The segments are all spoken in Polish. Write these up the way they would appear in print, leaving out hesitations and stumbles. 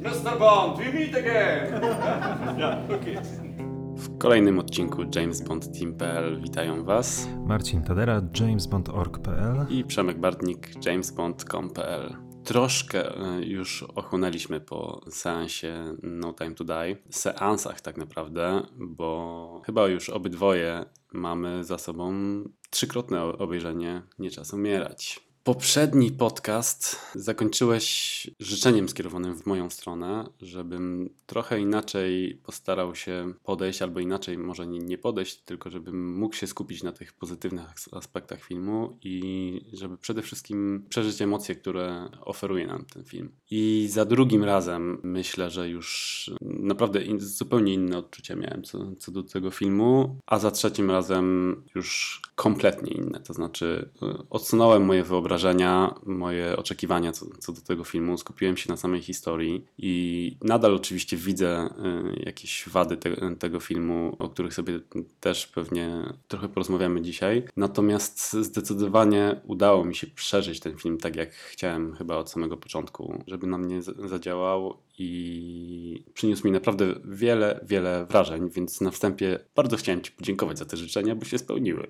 Mr. Bond, we meet again! W kolejnym odcinku James Bond Team.pl witają Was Marcin Tadera, jamesbond.org.pl i Przemek Bartnik, jamesbond.com.pl. Troszkę już ochłonęliśmy po seansie No Time to Die, seansach tak naprawdę, bo chyba już obydwoje mamy za sobą trzykrotne obejrzenie Nie czas umierać. Poprzedni podcast zakończyłeś życzeniem skierowanym w moją stronę, żebym trochę inaczej postarał się podejść, albo inaczej może nie podejść, tylko żebym mógł się skupić na tych pozytywnych aspektach filmu i żeby przede wszystkim przeżyć emocje, które oferuje nam ten film. I za drugim razem myślę, że już naprawdę zupełnie inne odczucia miałem co do tego filmu, a za trzecim razem już kompletnie inne, to znaczy odsunąłem moje wyobrażenia, moje oczekiwania co do tego filmu, skupiłem się na samej historii i nadal oczywiście widzę jakieś wady tego filmu, o których sobie też pewnie trochę porozmawiamy dzisiaj. Natomiast zdecydowanie udało mi się przeżyć ten film tak, jak chciałem chyba od samego początku, żeby na mnie zadziałał i przyniósł mi naprawdę wiele wrażeń, więc na wstępie bardzo chciałem Ci podziękować za te życzenia, bo się spełniły.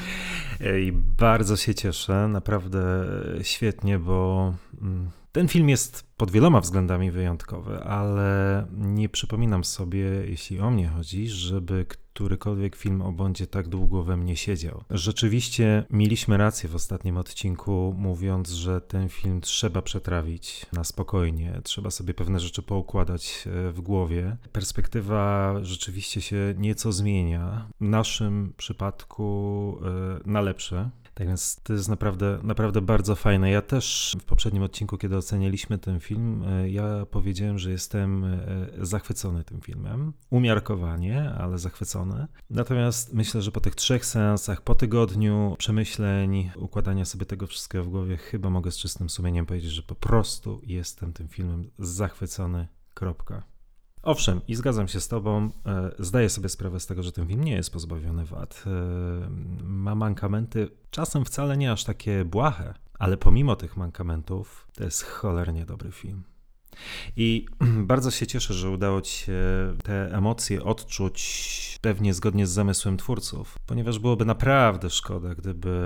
I bardzo się cieszę, naprawdę świetnie, bo ten film jest pod wieloma względami wyjątkowy, ale nie przypominam sobie, jeśli o mnie chodzi, żeby którykolwiek film o Bondzie tak długo we mnie siedział. Rzeczywiście mieliśmy rację w ostatnim odcinku, mówiąc, że ten film trzeba przetrawić na spokojnie, trzeba sobie pewne rzeczy poukładać w głowie. Perspektywa rzeczywiście się nieco zmienia, w naszym przypadku na lepsze. Tak więc to jest naprawdę bardzo fajne. Ja też w poprzednim odcinku, kiedy ocenialiśmy ten film, ja powiedziałem, że jestem zachwycony tym filmem. Umiarkowanie, ale zachwycony. Natomiast myślę, że po tych 3 seansach, po tygodniu przemyśleń, układania sobie tego wszystkiego w głowie, chyba mogę z czystym sumieniem powiedzieć, że po prostu jestem tym filmem zachwycony. Kropka. Owszem, i zgadzam się z tobą, zdaję sobie sprawę z tego, że ten film nie jest pozbawiony wad. Ma mankamenty, czasem wcale nie aż takie błahe, ale pomimo tych mankamentów to jest cholernie dobry film. I bardzo się cieszę, że udało ci się te emocje odczuć pewnie zgodnie z zamysłem twórców, ponieważ byłoby naprawdę szkoda, gdyby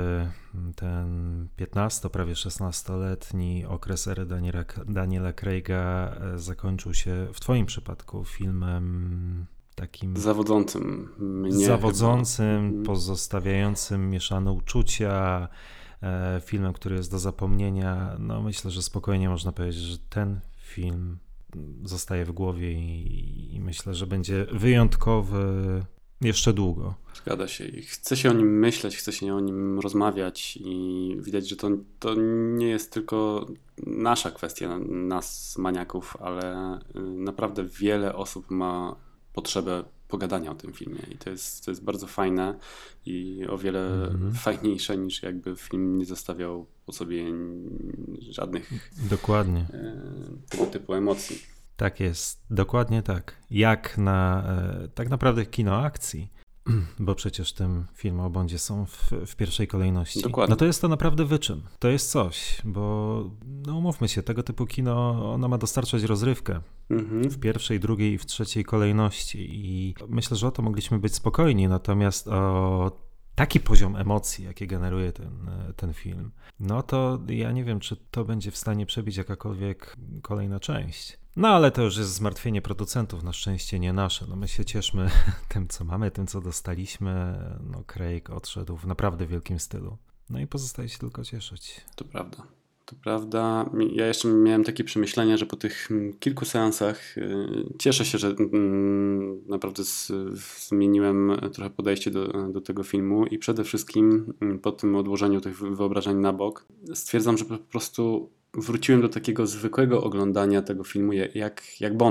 ten 15, prawie 16-letni okres ery Daniela Craiga zakończył się w twoim przypadku filmem takim Zawodzącym mnie pozostawiającym mieszane uczucia, filmem, który jest do zapomnienia. No myślę, że spokojnie można powiedzieć, że ten film zostaje w głowie i myślę, że będzie wyjątkowy jeszcze długo. Zgadza się. I chce się o nim myśleć, chce się o nim rozmawiać i widać, że to nie jest tylko nasza kwestia, nas maniaków, ale naprawdę wiele osób ma potrzebę pogadania o tym filmie i to jest bardzo fajne i o wiele fajniejsze niż jakby film nie zostawiał po sobie żadnych Dokładnie. Tego typu emocji. Tak jest, dokładnie tak. Jak na tak naprawdę kino akcji, bo przecież tym filmy o Bondzie są w pierwszej kolejności. Dokładnie. No to jest to naprawdę wyczyn. To jest coś, bo no umówmy się, tego typu kino, ono ma dostarczać rozrywkę w pierwszej, drugiej i w trzeciej kolejności i myślę, że o to mogliśmy być spokojni, natomiast o taki poziom emocji, jakie generuje ten film, no to ja nie wiem, czy to będzie w stanie przebić jakakolwiek kolejna część. No ale to już jest zmartwienie producentów, na szczęście nie nasze. No my się cieszmy tym, co mamy, tym, co dostaliśmy. No Craig odszedł w naprawdę wielkim stylu. No i pozostaje się tylko cieszyć. To prawda. To prawda. Ja jeszcze miałem takie przemyślenia, że po tych kilku seansach cieszę się, że naprawdę zmieniłem trochę podejście do tego filmu i przede wszystkim po tym odłożeniu tych wyobrażeń na bok stwierdzam, że po prostu wróciłem do takiego zwykłego oglądania tego filmu jak Bonda.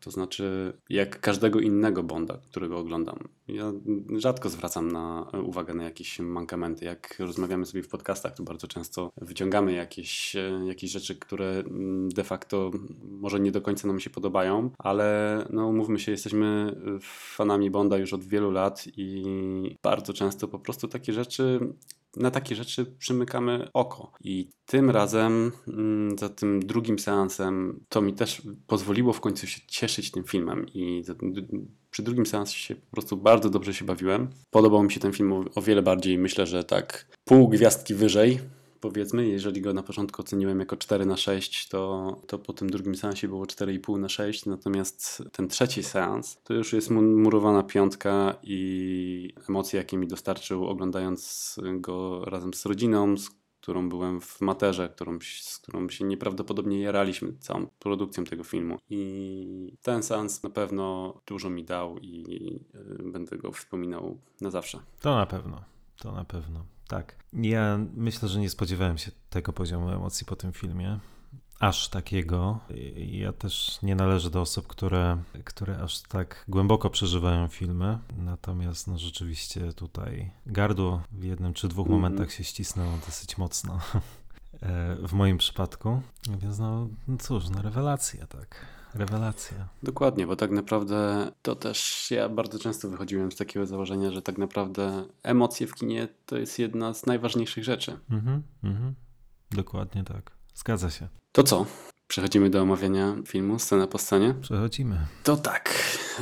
To znaczy, jak każdego innego Bonda, którego oglądam. Ja rzadko zwracam uwagę na jakieś mankamenty. Jak rozmawiamy sobie w podcastach, to bardzo często wyciągamy jakieś rzeczy, które de facto może nie do końca nam się podobają, ale no umówmy się, jesteśmy fanami Bonda już od wielu lat i bardzo często po prostu na takie rzeczy przymykamy oko. I tym razem, za tym drugim seansem, to mi też pozwoliło w końcu się cieszyć tym filmem i przy drugim seansie się po prostu bardzo dobrze się bawiłem. Podobał mi się ten film o wiele bardziej, myślę, że tak pół gwiazdki wyżej. Powiedzmy, jeżeli go na początku oceniłem jako 4/6, to po tym drugim seansie było 4,5/6, natomiast ten trzeci seans to już jest murowana piątka i emocje, jakie mi dostarczył oglądając go razem z rodziną, z którą byłem w materze, z którą się nieprawdopodobnie jaraliśmy całą produkcją tego filmu. I ten seans na pewno dużo mi dał i będę go wspominał na zawsze. To na pewno. Tak. Ja myślę, że nie spodziewałem się tego poziomu emocji po tym filmie. Aż takiego. Ja też nie należę do osób, które aż tak głęboko przeżywają filmy. Natomiast no rzeczywiście tutaj gardło w jednym czy dwóch momentach się ścisnęło dosyć mocno. W moim przypadku. Więc no cóż, rewelacja, tak. Rewelacja. Dokładnie, bo tak naprawdę to też ja bardzo często wychodziłem z takiego założenia, że tak naprawdę emocje w kinie to jest jedna z najważniejszych rzeczy. Dokładnie tak. Zgadza się. To co? Przechodzimy do omawiania filmu, scena po scenie? Przechodzimy. To tak.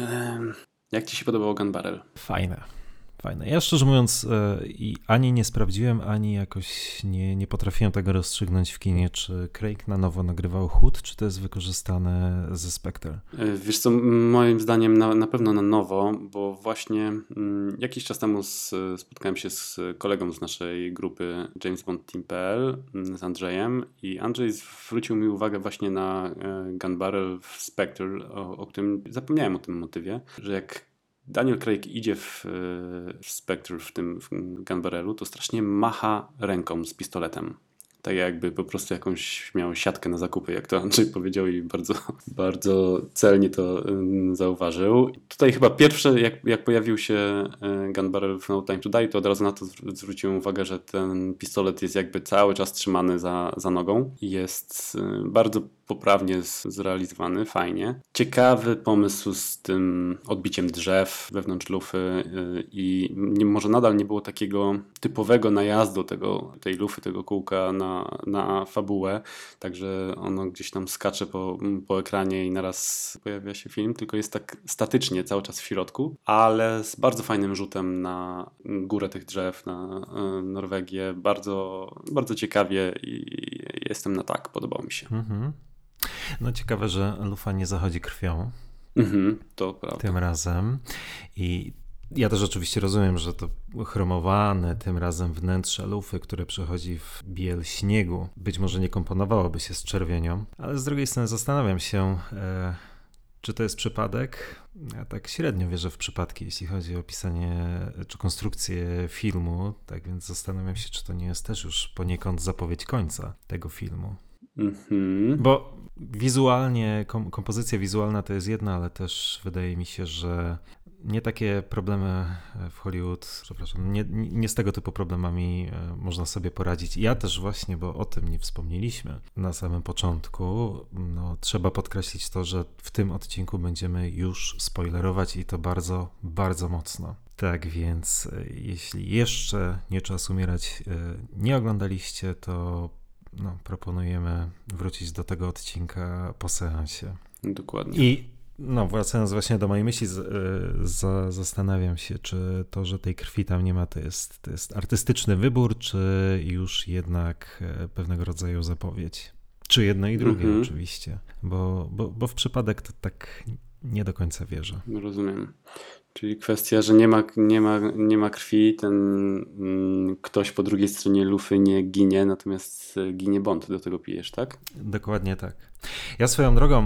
Jak ci się podobało Gun Barrel? Fajne. Ja szczerze mówiąc ani nie sprawdziłem, ani jakoś nie potrafiłem tego rozstrzygnąć w kinie, czy Craig na nowo nagrywał Hood, czy to jest wykorzystane ze Spectre. Wiesz co, moim zdaniem na pewno na nowo, bo właśnie jakiś czas temu spotkałem się z kolegą z naszej grupy JamesBondTeam.pl, z Andrzejem, i Andrzej zwrócił mi uwagę właśnie na Gun Barrel w Spectre, o którym zapomniałem o tym motywie, że jak Daniel Craig idzie w Spectre, w Gun Barrelu, to strasznie macha ręką z pistoletem. Tak jakby po prostu jakąś miał siatkę na zakupy, jak to Andrzej powiedział, i bardzo, bardzo celnie to zauważył. Tutaj chyba pierwsze, jak pojawił się Gun Barrel w No Time to Die, to od razu na to zwróciłem uwagę, że ten pistolet jest jakby cały czas trzymany za nogą. Jest bardzo poprawnie zrealizowany, fajnie. Ciekawy pomysł z tym odbiciem drzew wewnątrz lufy i może nadal nie było takiego typowego najazdu tej lufy, tego kółka na fabułę, także ono gdzieś tam skacze po ekranie i naraz pojawia się film, tylko jest tak statycznie cały czas w środku, ale z bardzo fajnym rzutem na górę tych drzew, na Norwegię. Bardzo, bardzo ciekawie i jestem na tak, podobał mi się. No ciekawe, że lufa nie zachodzi krwią. To prawda. Tym razem. I ja też oczywiście rozumiem, że to chromowane tym razem wnętrze lufy, które przechodzi w biel śniegu, być może nie komponowałoby się z czerwienią, ale z drugiej strony zastanawiam się, czy to jest przypadek. Ja tak średnio wierzę w przypadki, jeśli chodzi o pisanie czy konstrukcję filmu, tak więc zastanawiam się, czy to nie jest też już poniekąd zapowiedź końca tego filmu. Bo wizualnie, kompozycja wizualna to jest jedna, ale też wydaje mi się, że nie takie problemy w Hollywood, nie z tego typu problemami można sobie poradzić. Ja też właśnie, bo o tym nie wspomnieliśmy na samym początku, trzeba podkreślić to, że w tym odcinku będziemy już spoilerować i to bardzo, bardzo mocno. Tak więc jeśli jeszcze Nie czas umierać nie oglądaliście, to proponujemy wrócić do tego odcinka po seansie. Dokładnie. I wracając właśnie do mojej myśli, zastanawiam się, czy to, że tej krwi tam nie ma, to jest artystyczny wybór, czy już jednak pewnego rodzaju zapowiedź. Czy jedno i drugie oczywiście, bo w przypadek to tak nie do końca wierzę. Rozumiem. Czyli kwestia, że nie ma krwi, ten ktoś po drugiej stronie lufy nie ginie, natomiast ginie Bond, do tego pijesz, tak? Dokładnie tak. Ja swoją drogą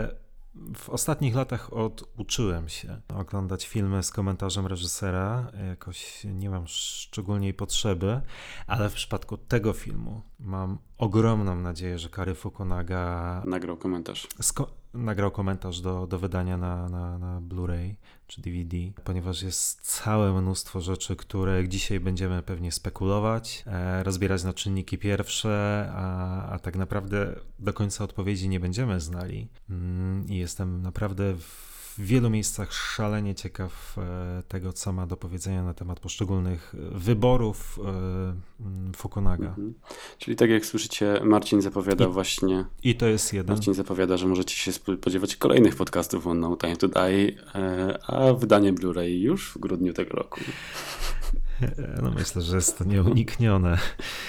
w ostatnich latach oduczyłem się oglądać filmy z komentarzem reżysera. Jakoś nie mam szczególnej potrzeby, ale w przypadku tego filmu mam ogromną nadzieję, że Cary Fukunaga nagrał komentarz. nagrał komentarz do wydania na Blu-ray czy DVD, ponieważ jest całe mnóstwo rzeczy, które dzisiaj będziemy pewnie spekulować, rozbierać na czynniki pierwsze, a tak naprawdę do końca odpowiedzi nie będziemy znali. I jestem naprawdę w wielu miejscach szalenie ciekaw tego, co ma do powiedzenia na temat poszczególnych wyborów Fukunaga. Czyli tak jak słyszycie, Marcin zapowiada I to jest jeden. Marcin zapowiada, że możecie się spodziewać kolejnych podcastów o No Time to Die, a wydanie Blu-ray już w grudniu tego roku. No myślę, że jest to nieuniknione.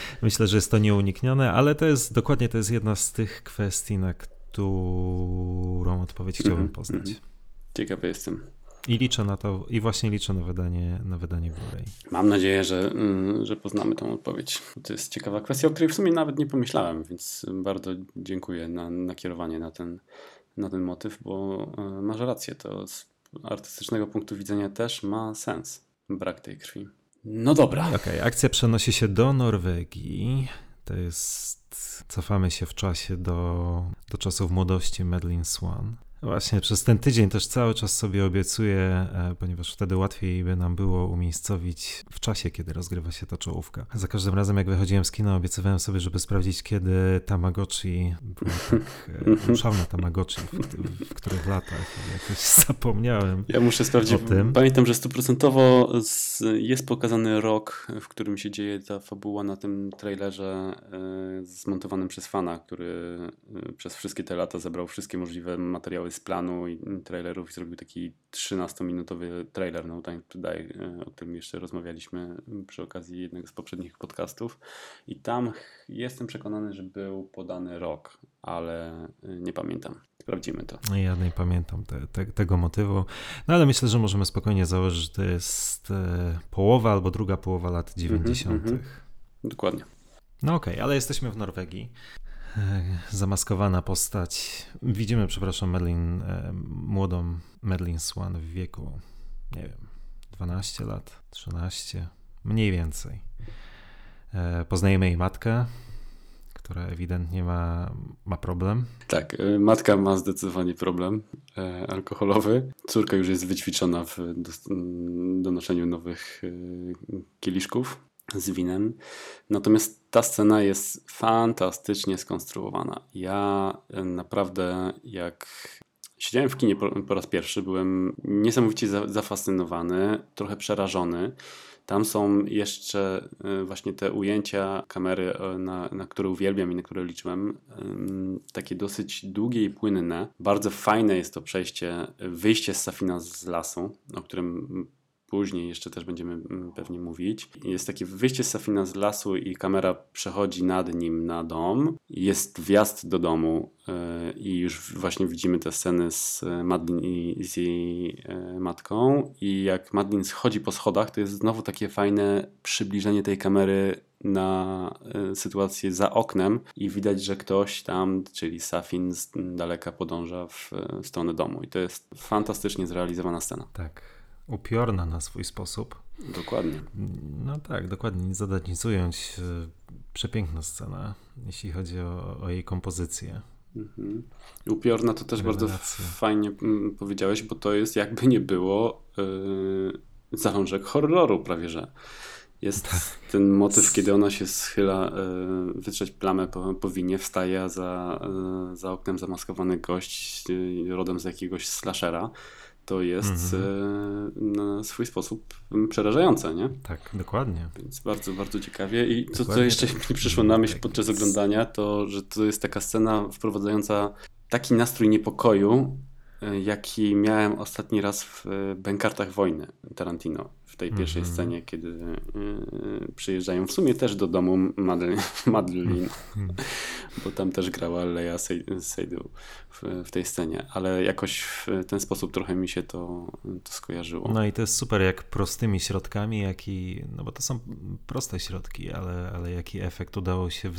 Ale to jest jedna z tych kwestii, na którą odpowiedź chciałbym poznać. Ciekawy jestem. I liczę na to, i właśnie liczę na wydanie Blu-ray. Mam nadzieję, że poznamy tą odpowiedź. To jest ciekawa kwestia, o której w sumie nawet nie pomyślałem, więc bardzo dziękuję na nakierowanie na ten motyw, bo masz rację, to z artystycznego punktu widzenia też ma sens. Brak tej krwi. No dobra. Okej, akcja przenosi się do Norwegii. Cofamy się w czasie do czasów młodości Madeleine Swann. Właśnie przez ten tydzień też cały czas sobie obiecuję, ponieważ wtedy łatwiej by nam było umiejscowić w czasie, kiedy rozgrywa się ta czołówka. Za każdym razem, jak wychodziłem z kina, obiecywałem sobie, żeby sprawdzić, kiedy Tamagotchi, szalne Tamagotchi, w których latach. Jakoś zapomniałem. Ja muszę sprawdzić. O tym. Pamiętam, że 100% jest pokazany rok, w którym się dzieje ta fabuła na tym trailerze zmontowanym przez fana, który przez wszystkie te lata zebrał wszystkie możliwe materiały z planu i trailerów i zrobił taki 13-minutowy trailer No Time to Die, o którym jeszcze rozmawialiśmy przy okazji jednego z poprzednich podcastów. I tam jestem przekonany, że był podany rok, ale nie pamiętam. Sprawdzimy to. Ja nie pamiętam tego motywu, no ale myślę, że możemy spokojnie założyć, że to jest połowa albo druga połowa lat 90. Dokładnie. No okej, ale jesteśmy w Norwegii. Zamaskowana postać. Widzimy, młodą Madeleine Swann w wieku, nie wiem, 12 lat, 13, mniej więcej. Poznajemy jej matkę, która ewidentnie ma problem. Tak, matka ma zdecydowanie problem alkoholowy. Córka już jest wyćwiczona w donoszeniu nowych kieliszków z winem. Natomiast ta scena jest fantastycznie skonstruowana. Ja naprawdę, jak siedziałem w kinie po raz pierwszy, byłem niesamowicie zafascynowany, trochę przerażony. Tam są jeszcze właśnie te ujęcia kamery, na które uwielbiam i na które liczyłem, takie dosyć długie i płynne. Bardzo fajne jest to wyjście z Safina z lasu, o którym później jeszcze też będziemy pewnie mówić. Jest takie wyjście z Safina z lasu i kamera przechodzi nad nim na dom. Jest wjazd do domu i już właśnie widzimy te sceny z Madeleine i z jej matką. I jak Madeleine schodzi po schodach, to jest znowu takie fajne przybliżenie tej kamery na sytuację za oknem i widać, że ktoś tam, czyli Safin z daleka podąża w stronę domu. I to jest fantastycznie zrealizowana scena. Tak. Upiorna na swój sposób. Dokładnie. No tak, dokładnie. Nic dodać, nic ująć. Przepiękna scena, jeśli chodzi o jej kompozycję. Upiorna to też bardzo fajnie powiedziałeś, bo to jest jakby nie było zalążek horroru prawie, że. Jest ten motyw, kiedy ona się schyla wytrzeć plamę po winie, wstaje, a za oknem zamaskowany gość rodem z jakiegoś slashera. To jest na swój sposób przerażające, nie? Tak, dokładnie. Więc bardzo, bardzo ciekawie. I co jeszcze mi przyszło na myśl podczas oglądania, to że to jest taka scena wprowadzająca taki nastrój niepokoju, jaki miałem ostatni raz w Bękartach wojny Tarantino. W tej pierwszej scenie, kiedy przyjeżdżają w sumie też do domu Madeleine, bo tam też grała Lea Seydoux w tej scenie, ale jakoś w ten sposób trochę mi się to skojarzyło. No i to jest super, jak prostymi środkami, no bo to są proste środki, ale jaki efekt udało się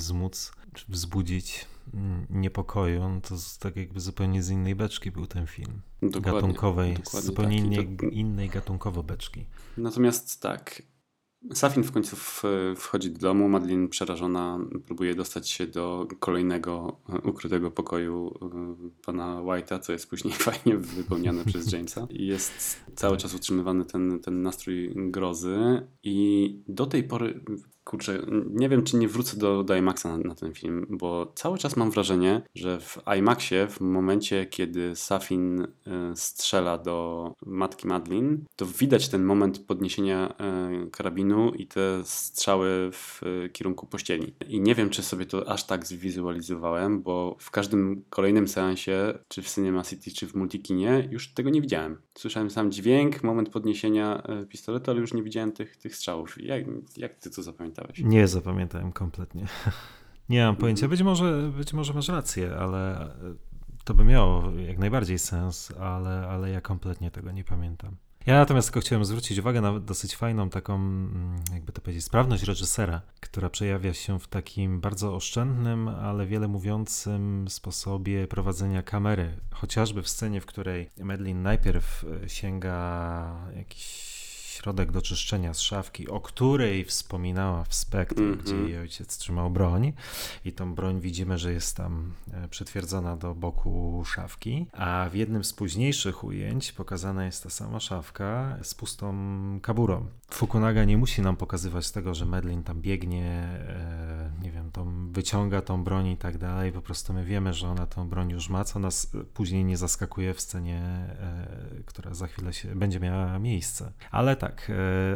wzbudzić niepokoju, no to tak jakby zupełnie z innej beczki był ten film. Dokładnie, gatunkowej, dokładnie zupełnie tak. innej gatunkowo beczki. Natomiast tak, Safin w końcu wchodzi do domu, Madeline przerażona próbuje dostać się do kolejnego ukrytego pokoju pana White'a, co jest później fajnie wypełniane przez Jamesa. I jest cały czas utrzymywany ten nastrój grozy i do tej pory, kurczę, nie wiem, czy nie wrócę do IMAXa na ten film, bo cały czas mam wrażenie, że w IMAXie w momencie, kiedy Safin strzela do matki Madeline, to widać ten moment podniesienia karabinu i te strzały w kierunku pościeli. I nie wiem, czy sobie to aż tak zwizualizowałem, bo w każdym kolejnym seansie, czy w Cinema City, czy w Multikinie, już tego nie widziałem. Słyszałem sam dźwięk, moment podniesienia pistoletu, ale już nie widziałem tych strzałów. Jak ty to zapamiętałeś? Nie zapamiętałem kompletnie. Nie mam pojęcia. Być może masz rację, ale to by miało jak najbardziej sens, ale ja kompletnie tego nie pamiętam. Ja natomiast tylko chciałem zwrócić uwagę na dosyć fajną taką, jakby to powiedzieć, sprawność reżysera, która przejawia się w takim bardzo oszczędnym, ale wiele mówiącym sposobie prowadzenia kamery. Chociażby w scenie, w której Madeline najpierw sięga jakiś środek do czyszczenia z szafki, o której wspominała w Spectre, gdzie jej ojciec trzymał broń i tą broń widzimy, że jest tam przytwierdzona do boku szafki, a w jednym z późniejszych ujęć pokazana jest ta sama szafka z pustą kaburą. Fukunaga nie musi nam pokazywać tego, że Madeline tam biegnie, nie wiem, wyciąga tą broń i tak dalej, po prostu my wiemy, że ona tą broń już ma, co nas później nie zaskakuje w scenie, która za chwilę będzie miała miejsce. Ale tak,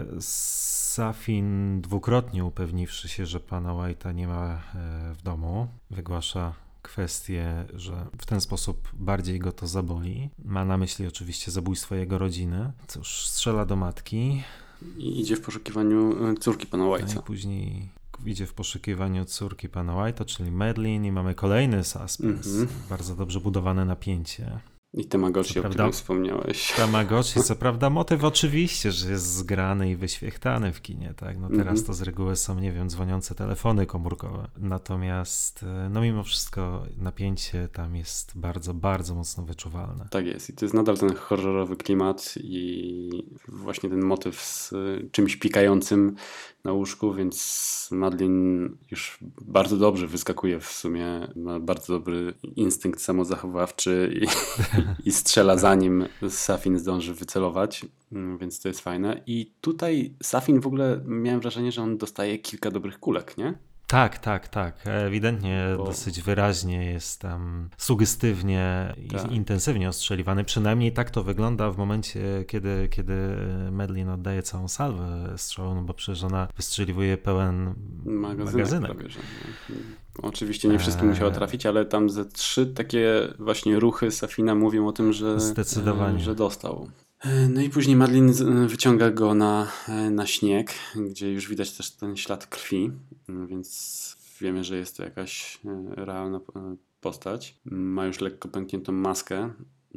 Safin dwukrotnie upewniwszy się, że pana White'a nie ma w domu, wygłasza kwestię, że w ten sposób bardziej go to zaboli. Ma na myśli oczywiście zabójstwo jego rodziny. Cóż, strzela do matki. I idzie w poszukiwaniu córki pana White'a. I później idzie w poszukiwaniu córki pana White'a, czyli Madeline, i mamy kolejny suspens. Bardzo dobrze budowane napięcie. I Tamagotchi, o którym wspomniałeś. Tamagotchi, co prawda motyw oczywiście, że jest zgrany i wyświechtany w kinie, tak? No teraz to z reguły są, nie wiem, dzwoniące telefony komórkowe. Natomiast, no mimo wszystko napięcie tam jest bardzo, bardzo mocno wyczuwalne. Tak jest. I to jest nadal ten horrorowy klimat i właśnie ten motyw z czymś pikającym na łóżku, więc Madeline już bardzo dobrze wyskakuje w sumie, ma bardzo dobry instynkt samozachowawczy i strzela zanim Safin zdąży wycelować, więc to jest fajne. I tutaj Safin w ogóle miałem wrażenie, że on dostaje kilka dobrych kulek, nie? Tak. Ewidentnie dosyć wyraźnie jest tam sugestywnie i intensywnie ostrzeliwany. Przynajmniej tak to wygląda w momencie, kiedy Madeline oddaje całą salwę strzału, no bo przecież ona wystrzeliwuje pełen magazynek. Prawie, że. Oczywiście nie wszystkim musiało trafić, ale tam ze 3 takie właśnie ruchy Safina mówią o tym, że dostał. No i później Madeline wyciąga go na śnieg, gdzie już widać też ten ślad krwi, więc wiemy, że jest to jakaś realna postać. Ma już lekko pękniętą maskę.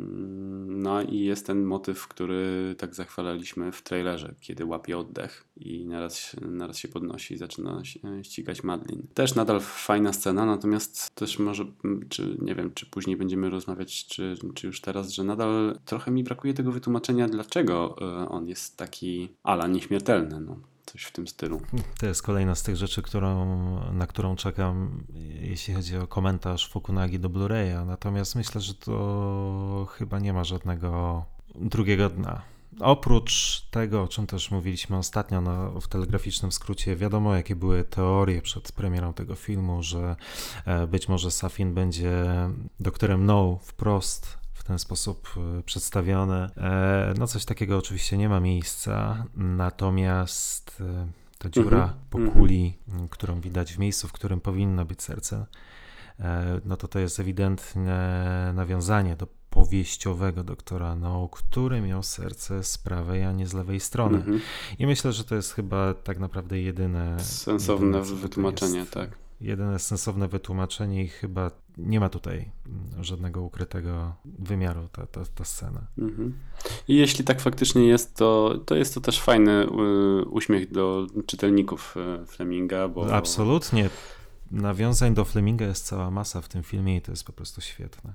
No i jest ten motyw, który tak zachwalaliśmy w trailerze, kiedy łapie oddech i naraz się podnosi i zaczyna ścigać Madeline. Też nadal fajna scena, natomiast też może, nie wiem, czy później będziemy rozmawiać, czy już teraz, że nadal trochę mi brakuje tego wytłumaczenia, dlaczego on jest taki ala nieśmiertelny, no. Coś w tym stylu. To jest kolejna z tych rzeczy, na którą czekam, jeśli chodzi o komentarz Fukunagi do Blu-raya. Natomiast myślę, że to chyba nie ma żadnego drugiego dna. Oprócz tego, o czym też mówiliśmy ostatnio w telegraficznym skrócie, wiadomo, jakie były teorie przed premierą tego filmu, że być może Safin będzie doktorem No wprost w ten sposób przedstawione. No coś takiego oczywiście nie ma miejsca, natomiast ta dziura po kuli, którą widać w miejscu, w którym powinno być serce, no to jest ewidentne nawiązanie do powieściowego doktora No, który miał serce z prawej, a nie z lewej strony. I myślę, że to jest chyba tak naprawdę jedyne sensowne wytłumaczenie, tak. Jedyne sensowne wytłumaczenie i chyba nie ma tutaj żadnego ukrytego wymiaru ta scena. I jeśli tak faktycznie jest, to jest to też fajny uśmiech do czytelników Fleminga, bo... Absolutnie. Nawiązań do Fleminga jest cała masa w tym filmie i to jest po prostu świetne.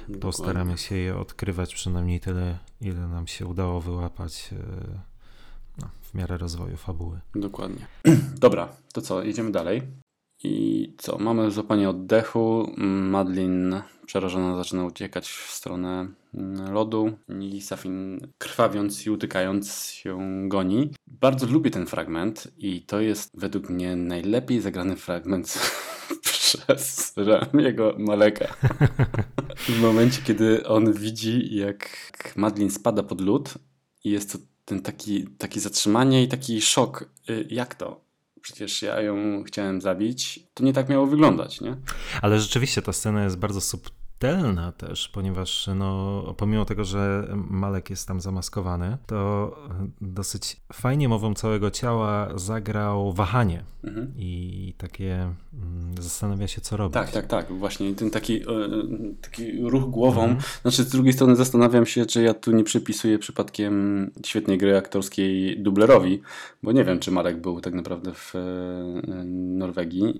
Postaramy się je odkrywać przynajmniej tyle, ile nam się udało wyłapać w miarę rozwoju fabuły. Dokładnie. Dobra, to co, jedziemy dalej. I co, mamy złapanie oddechu. Madeline przerażona zaczyna uciekać w stronę lodu i Safin krwawiąc i utykając ją goni. Bardzo lubię ten fragment i to jest według mnie najlepiej zagrany fragment przez Ramiego Maleka. W momencie, kiedy on widzi, jak Madeline spada pod lód i jest to ten taki zatrzymanie i taki szok. Jak to? Przecież ja ją chciałem zabić. To nie tak miało wyglądać, nie? Ale rzeczywiście ta scena jest bardzo subtelna też, ponieważ pomimo tego, że Malek jest tam zamaskowany, to dosyć fajnie mową całego ciała zagrał wahanie i takie zastanawia się, co robić. Tak. Właśnie ten taki ruch głową. Znaczy, z drugiej strony zastanawiam się, czy ja tu nie przypisuję przypadkiem świetnej gry aktorskiej dublerowi, bo nie wiem, czy Marek był tak naprawdę w Norwegii.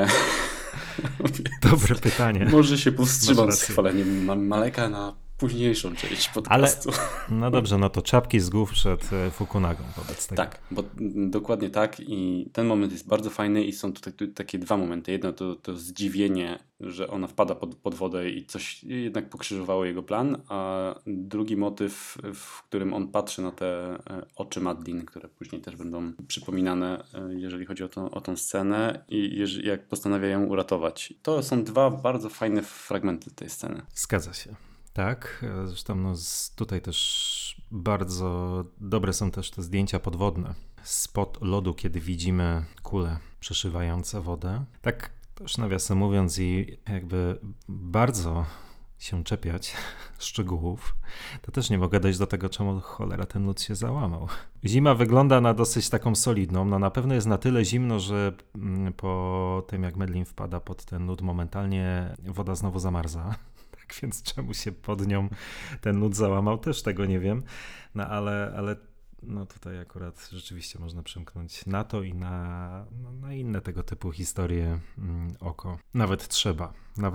Dobre pytanie. Może się powstrzymam z chwaleniem Maleka na późniejszą część podcastu. No dobrze, no to czapki z głów przed Fukunagą wobec tego. Tak, bo dokładnie tak i ten moment jest bardzo fajny i są tutaj takie dwa momenty. Jedno to zdziwienie, że ona wpada pod wodę i coś jednak pokrzyżowało jego plan, a drugi motyw, w którym on patrzy na te oczy Madeline, które później też będą przypominane, jeżeli chodzi o tą scenę i jak postanawia ją uratować. To są dwa bardzo fajne fragmenty tej sceny. Zgadza się. Tak, zresztą tutaj też bardzo dobre są też te zdjęcia podwodne spod lodu, kiedy widzimy kule przeszywające wodę. Tak też nawiasem mówiąc i jakby bardzo się czepiać szczegółów, to też nie mogę dojść do tego, czemu cholera ten lód się załamał. Zima wygląda na dosyć taką solidną, na pewno jest na tyle zimno, że po tym jak Madeline wpada pod ten lód momentalnie woda znowu zamarza. Więc czemu się pod nią ten lód załamał, też tego nie wiem. Ale tutaj akurat rzeczywiście można przymknąć na to i na inne tego typu historie oko. Nawet trzeba.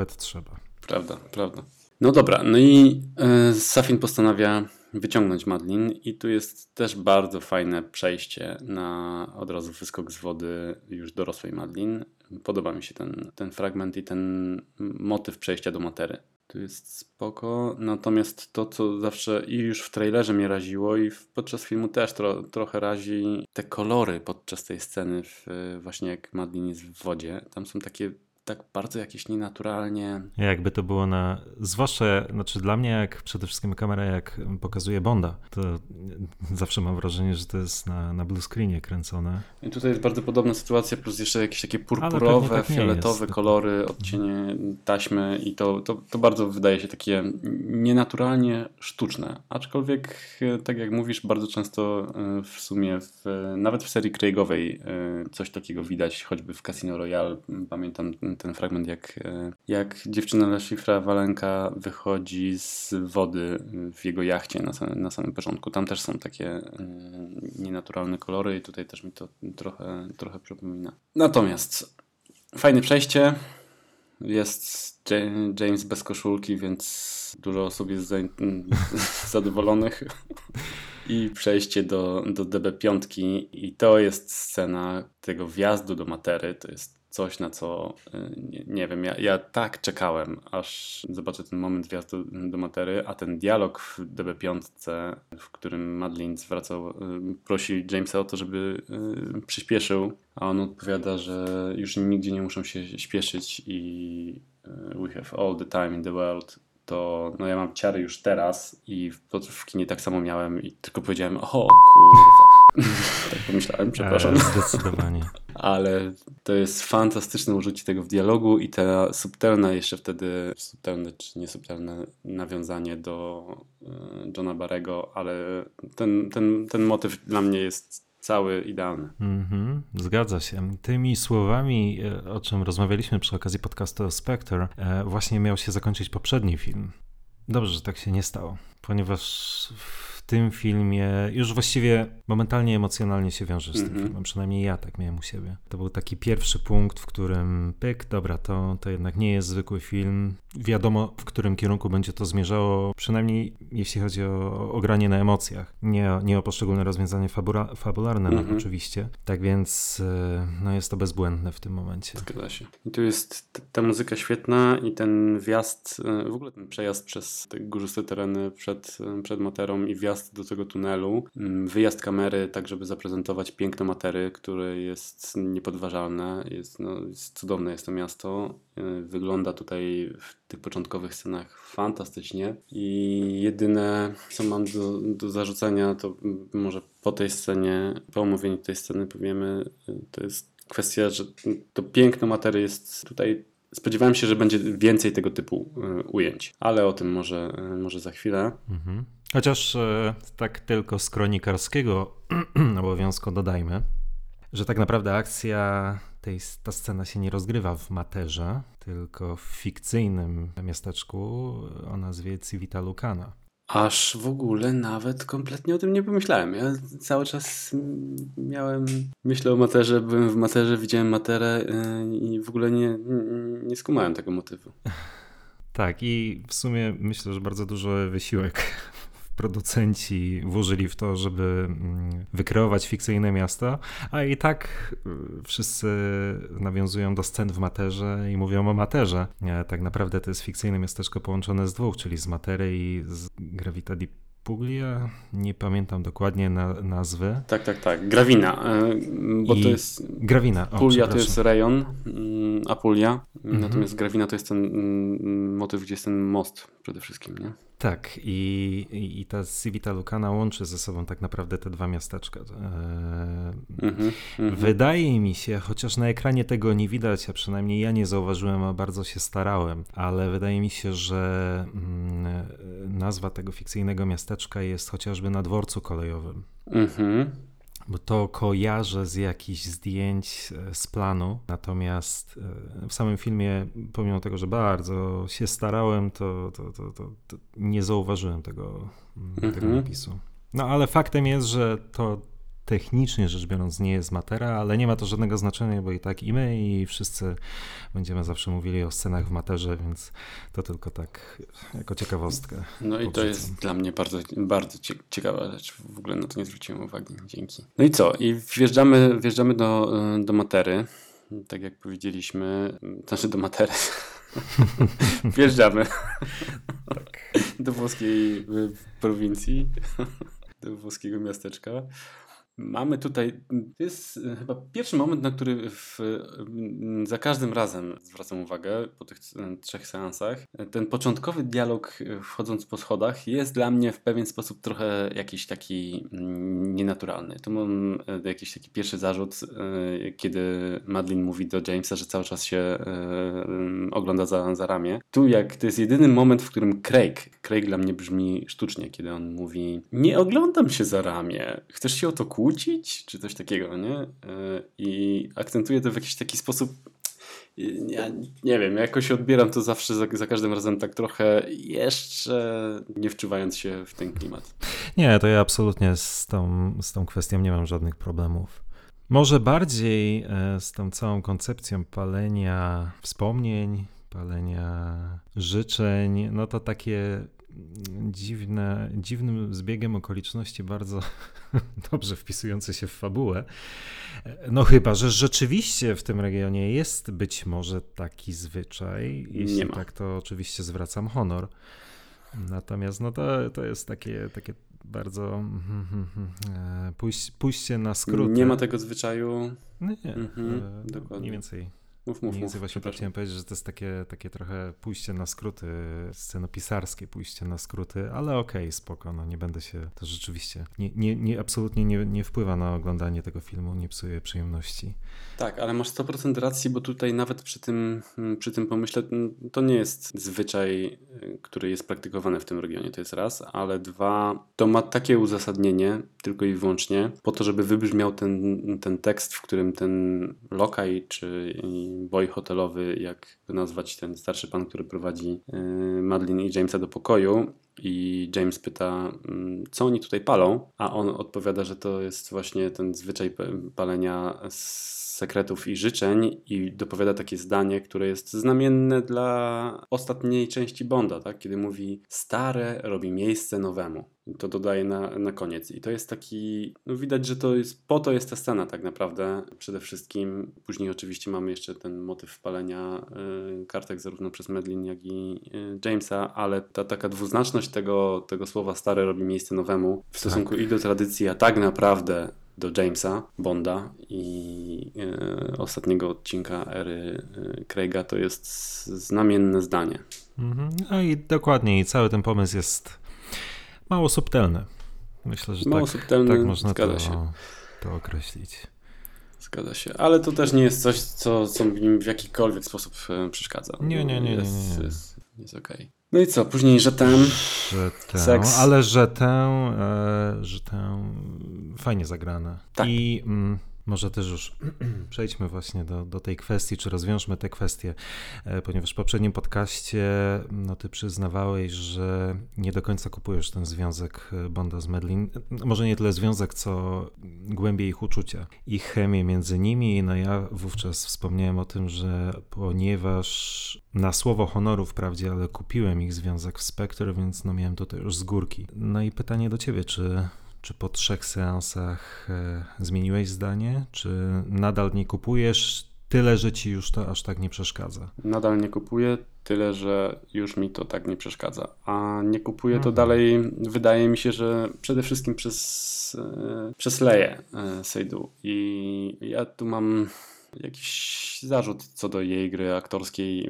Prawda. No dobra, no i Safin postanawia wyciągnąć Madeline i tu jest też bardzo fajne przejście na od razu wyskok z wody już dorosłej Madeline. Podoba mi się ten fragment i ten motyw przejścia do matery. Tu jest spoko, natomiast to, co zawsze i już w trailerze mnie raziło i podczas filmu też trochę razi, te kolory podczas tej sceny, właśnie jak Madeline jest w wodzie, tam są takie tak bardzo jakieś nienaturalnie. Jakby to było zwłaszcza, dla mnie, jak przede wszystkim kamera jak pokazuje Bonda, to zawsze mam wrażenie, że to jest na blue screenie kręcone. I tutaj jest bardzo podobna sytuacja, plus jeszcze jakieś takie purpurowe, tak fioletowe kolory, odcienie taśmy i to bardzo wydaje się takie nienaturalnie sztuczne. Aczkolwiek, tak jak mówisz, bardzo często w sumie nawet w serii Craigowej coś takiego widać, choćby w Casino Royale. Pamiętam ten fragment, jak dziewczyna Le Chiffre Walenka wychodzi z wody w jego jachcie na samym początku. Tam też są takie nienaturalne kolory i tutaj też mi to trochę przypomina. Natomiast fajne przejście. Jest James bez koszulki, więc dużo osób jest zadowolonych. I przejście do DB5 i to jest scena tego wjazdu do matery. To jest coś, na co nie wiem, ja tak czekałem, aż zobaczę ten moment wjazdu do matery, a ten dialog w DB5, w którym Madeline prosi Jamesa o to, żeby przyspieszył, a on odpowiada, że już nigdzie nie muszą się śpieszyć i we have all the time in the world. To ja mam ciary już teraz i w kinie tak samo miałem i tylko powiedziałem, o kurwa. Tak pomyślałem, przepraszam. Zdecydowanie. Ale to jest fantastyczne użycie tego w dialogu i ta subtelne czy niesubtelne nawiązanie do Johna Barrego, ale ten motyw dla mnie jest cały idealny. Zgadza się. Tymi słowami, o czym rozmawialiśmy przy okazji podcastu Spectre, właśnie miał się zakończyć poprzedni film. Dobrze, że tak się nie stało, ponieważ w tym filmie już właściwie momentalnie emocjonalnie się wiąże z tym filmem. Przynajmniej ja tak miałem u siebie. To był taki pierwszy punkt, w którym dobra, to jednak nie jest zwykły film. Wiadomo, w którym kierunku będzie to zmierzało, przynajmniej jeśli chodzi o granie na emocjach. Nie o poszczególne rozwiązanie fabularne, no, oczywiście. Tak więc no jest to bezbłędne w tym momencie. Zgadza się. I tu jest ta muzyka świetna i ten wjazd, w ogóle ten przejazd przez te górzyste tereny przed Materą i wjazd do tego tunelu, wyjazd kamery tak, żeby zaprezentować piękno Matery, które jest niepodważalne, jest cudowne jest to miasto. Wygląda tutaj w tych początkowych scenach fantastycznie i jedyne, co mam do zarzucenia, to może po tej scenie, po omówieniu tej sceny powiemy, to jest kwestia, że to piękno Matery jest tutaj. Spodziewałem się, że będzie więcej tego typu ujęć, ale o tym może za chwilę. Chociaż tak tylko z kronikarskiego obowiązku dodajmy, że tak naprawdę akcja, ta scena się nie rozgrywa w Materze, tylko w fikcyjnym miasteczku o nazwie Civita-Lucana. Aż w ogóle nawet kompletnie o tym nie pomyślałem. Ja cały czas myślę o Materze, byłem w Materze, widziałem Materę i w ogóle nie skumałem tego motywu. Tak, i w sumie myślę, że bardzo duży wysiłek producenci włożyli w to, żeby wykreować fikcyjne miasto, a i tak wszyscy nawiązują do scen w Materze i mówią o Materze. Tak naprawdę to jest fikcyjne miasteczko połączone z dwóch, czyli z Matery i z Gravita di Puglia. Nie pamiętam dokładnie nazwy. Tak. Gravina, bo to jest... Gravina. Puglia to jest rejon, Apulia, natomiast Gravina to jest ten motyw, gdzie jest ten most przede wszystkim, nie? Tak, i ta Civita-Lucana łączy ze sobą tak naprawdę te dwa miasteczka. Wydaje mi się, chociaż na ekranie tego nie widać, a przynajmniej ja nie zauważyłem, a bardzo się starałem, ale wydaje mi się, że nazwa tego fikcyjnego miasteczka jest chociażby na dworcu kolejowym. Bo to kojarzę z jakichś zdjęć z planu, natomiast w samym filmie, pomimo tego, że bardzo się starałem, to nie zauważyłem tego napisu. No ale faktem jest, że to technicznie rzecz biorąc nie jest Matera, ale nie ma to żadnego znaczenia, bo i tak i my i wszyscy będziemy zawsze mówili o scenach w Materze, więc to tylko tak jako ciekawostkę. No i to jest dla mnie bardzo, bardzo ciekawa rzecz. W ogóle na to nie zwróciłem uwagi. Dzięki. No i co? I wjeżdżamy do Matery. Tak jak powiedzieliśmy, znaczy do Matery. Wjeżdżamy do włoskiej prowincji, do włoskiego miasteczka. Mamy tutaj, to jest chyba pierwszy moment, na który za każdym razem zwracam uwagę po tych 3 seansach. Ten początkowy dialog wchodząc po schodach jest dla mnie w pewien sposób trochę jakiś taki nienaturalny. Tu mam jakiś taki pierwszy zarzut, kiedy Madeline mówi do Jamesa, że cały czas się ogląda za ramię. Tu jak to jest jedyny moment, w którym Craig dla mnie brzmi sztucznie, kiedy on mówi: nie oglądam się za ramię, chcesz się o to kłócić? Czy coś takiego, nie? I akcentuje to w jakiś taki sposób, ja nie wiem, jakoś odbieram to zawsze za każdym razem tak trochę jeszcze nie wczuwając się w ten klimat. Nie, to ja absolutnie z tą kwestią nie mam żadnych problemów. Może bardziej z tą całą koncepcją palenia wspomnień, palenia życzeń, no to takie dziwnym zbiegiem okoliczności bardzo dobrze wpisujący się w fabułę. No chyba, że rzeczywiście w tym regionie jest być może taki zwyczaj. Jeśli tak, to oczywiście zwracam honor. Natomiast no to jest takie bardzo pójście na skróty. Nie ma tego zwyczaju. Nie, dokładnie. Mniej więcej. Mów, właśnie tak chciałem powiedzieć, że to jest takie trochę pójście na skróty, scenopisarskie pójście na skróty, ale okej, spoko, no nie będę się, to rzeczywiście absolutnie nie wpływa na oglądanie tego filmu, nie psuje przyjemności. Tak, ale masz 100% racji, bo tutaj nawet przy tym pomyśle to nie jest zwyczaj, który jest praktykowany w tym regionie, to jest raz, ale 2, to ma takie uzasadnienie tylko i wyłącznie po to, żeby wybrzmiał ten tekst, w którym ten lokaj czy boy hotelowy, jak nazwać ten starszy pan, który prowadzi Madeline i Jamesa do pokoju, i James pyta, co oni tutaj palą, a on odpowiada, że to jest właśnie ten zwyczaj palenia sekretów i życzeń i dopowiada takie zdanie, które jest znamienne dla ostatniej części Bonda, tak? Kiedy mówi stare robi miejsce nowemu. I to dodaje na koniec. I to jest taki, no widać, że to jest, po to jest ta scena tak naprawdę przede wszystkim. Później oczywiście mamy jeszcze ten motyw palenia kartek zarówno przez Madeleine, jak i Jamesa, ale ta taka dwuznaczność tego słowa stare robi miejsce nowemu w stosunku i do tradycji, a tak naprawdę do Jamesa Bonda i ostatniego odcinka ery Craiga to jest znamienne zdanie. No i dokładnie, i cały ten pomysł jest mało subtelny. Myślę, że mało subtelny, tak można to określić. Zgadza się, ale to też nie jest coś, co mi w jakikolwiek sposób przeszkadza. Nie. Jest okej. No i co, później seks. Ale że fajnie zagrane. Tak. I może też już przejdźmy właśnie do tej kwestii, czy rozwiążmy tę kwestię, ponieważ w poprzednim podcaście ty przyznawałeś, że nie do końca kupujesz ten związek Bonda z Madeleine. Może nie tyle związek, co głębiej ich uczucia i chemię między nimi. No ja wówczas wspomniałem o tym, że ponieważ na słowo honoru wprawdzie, ale kupiłem ich związek w Spectre, więc miałem to już z górki. No i pytanie do ciebie, czy po 3 seansach zmieniłeś zdanie? Czy nadal nie kupujesz tyle, że ci już to aż tak nie przeszkadza? Nadal nie kupuję tyle, że już mi to tak nie przeszkadza. A nie kupuję to dalej, wydaje mi się, że przede wszystkim przez Leję Seydoux. I ja tu mam jakiś zarzut co do jej gry aktorskiej.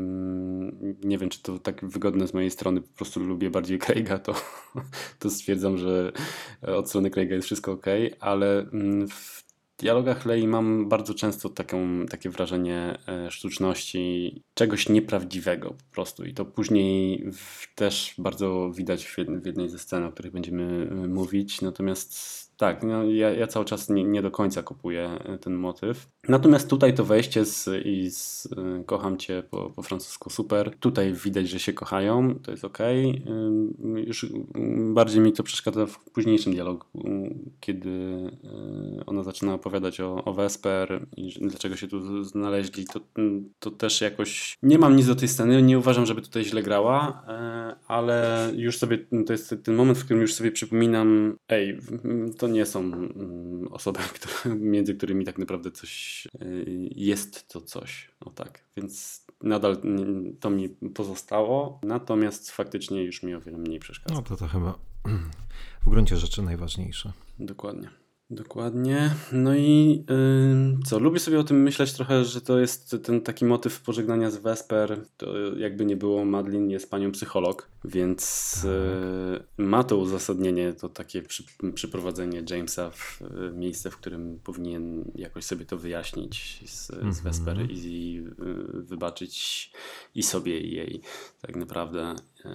Nie wiem, czy to tak wygodne z mojej strony. Po prostu lubię bardziej Craiga, to stwierdzam, że od strony Craiga jest wszystko okej, ale w dialogach Lei mam bardzo często takie wrażenie sztuczności, czegoś nieprawdziwego po prostu. I to później też bardzo widać w jednej ze scen, o których będziemy mówić. Natomiast tak, no ja cały czas nie do końca kupuję ten motyw. Natomiast tutaj to wejście z kocham cię po francusku super. Tutaj widać, że się kochają, to jest okej. Już bardziej mi to przeszkadza w późniejszym dialogu, kiedy ona zaczyna opowiadać o Vesper i dlaczego się tu znaleźli. To też jakoś... Nie mam nic do tej sceny, nie uważam, żeby tutaj źle grała, ale już sobie, to jest ten moment, w którym już sobie przypominam, to nie są osoby, między którymi tak naprawdę coś jest to coś. No tak, więc nadal to mi pozostało, natomiast faktycznie już mi o wiele mniej przeszkadza. No to chyba w gruncie rzeczy najważniejsze. Dokładnie. No i co? Lubię sobie o tym myśleć trochę, że to jest ten taki motyw pożegnania z Vesper. To jakby nie było, Madeleine jest panią psycholog, więc ma to uzasadnienie, to takie przyprowadzenie Jamesa w miejsce, w którym powinien jakoś sobie to wyjaśnić z Vesper i wybaczyć i sobie, i jej tak naprawdę.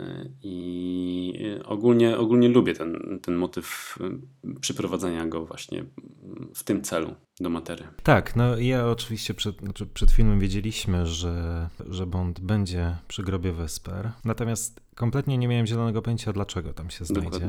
I ogólnie lubię ten motyw przyprowadzenia go właśnie w tym celu do Matery. Tak, no ja oczywiście przed filmem wiedzieliśmy, że Bond będzie przy grobie Vesper, natomiast kompletnie nie miałem zielonego pojęcia, dlaczego tam się znajdzie. Dokładnie.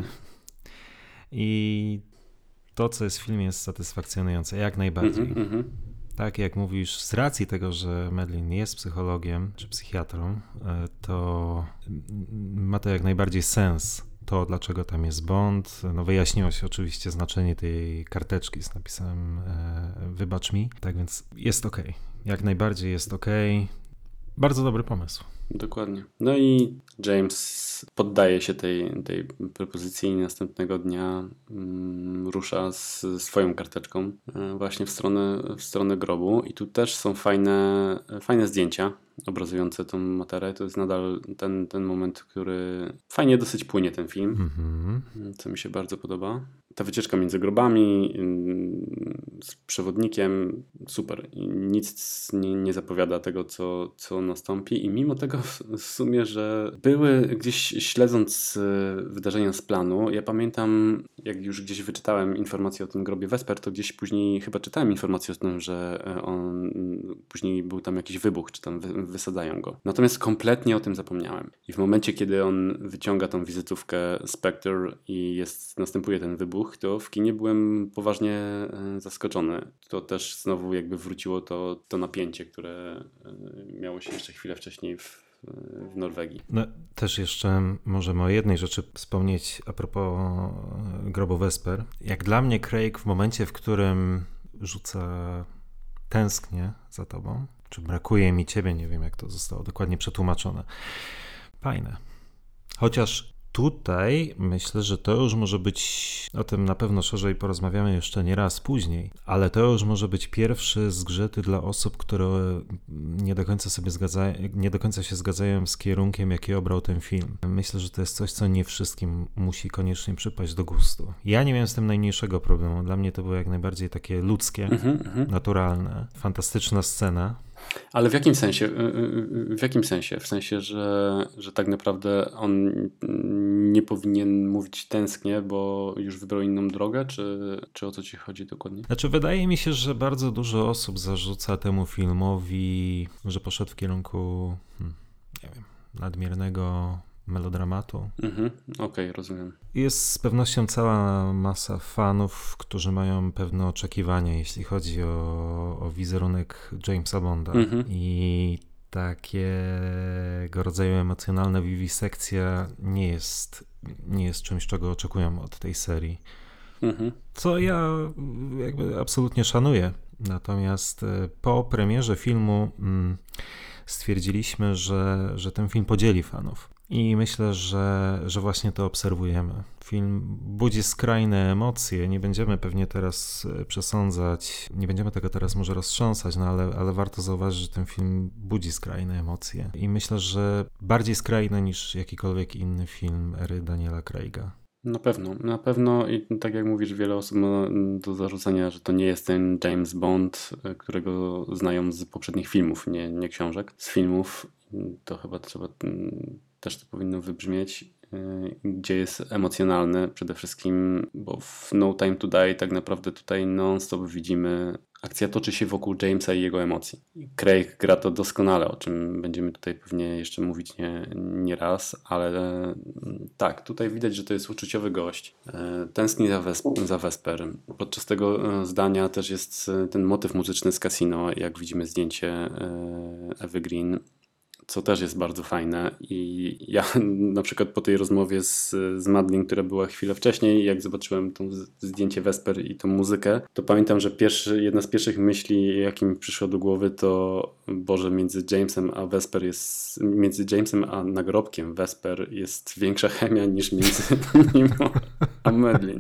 I to, co jest w filmie, jest satysfakcjonujące, jak najbardziej. Tak, jak mówisz, z racji tego, że Madeleine jest psychologiem czy psychiatrą, to ma to jak najbardziej sens. To, dlaczego tam jest Bond. No wyjaśniło się oczywiście znaczenie tej karteczki z napisem wybacz mi. Tak więc jest okej. Jak najbardziej jest okej. Bardzo dobry pomysł. Dokładnie. No i James poddaje się tej propozycji i następnego dnia rusza z swoją karteczką właśnie w stronę grobu. I tu też są fajne zdjęcia obrazujące tą Materę. To jest nadal ten moment, który fajnie dosyć płynie ten film, co mi się bardzo podoba. ta wycieczka między grobami z przewodnikiem, super. I nic nie zapowiada tego, co nastąpi. I mimo tego w sumie, że były gdzieś śledząc wydarzenia z planu, ja pamiętam, jak już gdzieś wyczytałem informację o tym grobie Vesper, to gdzieś później chyba czytałem informację o tym, że później był tam jakiś wybuch, czy tam wysadzają go. Natomiast kompletnie o tym zapomniałem. I w momencie, kiedy on wyciąga tą wizytówkę Spectre i następuje ten wybuch, to w kinie byłem poważnie zaskoczony. To też znowu jakby wróciło to napięcie, które miało się jeszcze chwilę wcześniej w Norwegii. No, też jeszcze możemy o jednej rzeczy wspomnieć a propos grobu Vesper. Jak dla mnie Craig w momencie, w którym rzuca tęsknię za tobą, czy brakuje mi ciebie, nie wiem jak to zostało dokładnie przetłumaczone. Fajne. Chociaż tutaj myślę, że to już może być, o tym na pewno szerzej porozmawiamy jeszcze nie raz później, ale to już może być pierwszy zgrzyt dla osób, które nie do końca się zgadzają z kierunkiem, jaki obrał ten film. Myślę, że to jest coś, co nie wszystkim musi koniecznie przypaść do gustu. Ja nie miałem z tym najmniejszego problemu. Dla mnie to było jak najbardziej takie ludzkie, naturalne, fantastyczna scena. Ale w jakim sensie? W jakim sensie? W sensie, że tak naprawdę on nie powinien mówić tęsknię, bo już wybrał inną drogę, czy o co ci chodzi dokładnie? Znaczy, wydaje mi się, że bardzo dużo osób zarzuca temu filmowi, że poszedł w kierunku, nie wiem, nadmiernego melodramatu. Okej, rozumiem. Jest z pewnością cała masa fanów, którzy mają pewne oczekiwania, jeśli chodzi o wizerunek Jamesa Bonda. I takiego rodzaju emocjonalna wiwisekcja nie jest czymś, czego oczekują od tej serii. Co ja jakby absolutnie szanuję. Natomiast po premierze filmu stwierdziliśmy, że ten film podzieli fanów. I myślę, że właśnie to obserwujemy. Film budzi skrajne emocje, nie będziemy pewnie teraz przesądzać, nie będziemy tego teraz może roztrząsać, no ale warto zauważyć, że ten film budzi skrajne emocje. I myślę, że bardziej skrajne niż jakikolwiek inny film ery Daniela Craiga. Na pewno i tak jak mówisz, wiele osób ma do zarzucenia, że to nie jest ten James Bond, którego znają z poprzednich filmów, nie książek. Z filmów to chyba też to powinno wybrzmieć, gdzie jest emocjonalny przede wszystkim, bo w No Time to Die tak naprawdę tutaj non-stop widzimy, akcja toczy się wokół Jamesa i jego emocji. Craig gra to doskonale, o czym będziemy tutaj pewnie jeszcze mówić nie raz, ale tak, tutaj widać, że to jest uczuciowy gość. Tęskni za Vesper. Podczas tego zdania też jest ten motyw muzyczny z Casino, jak widzimy zdjęcie Ewy Green, co też jest bardzo fajne. I ja na przykład po tej rozmowie z Madeleine, która była chwilę wcześniej, jak zobaczyłem to zdjęcie Vesper i tą muzykę, to pamiętam, że jedna z pierwszych myśli, jakie mi przyszło do głowy, to Boże, między Jamesem a nagrobkiem Vesper jest większa chemia niż między nim a Madeleine.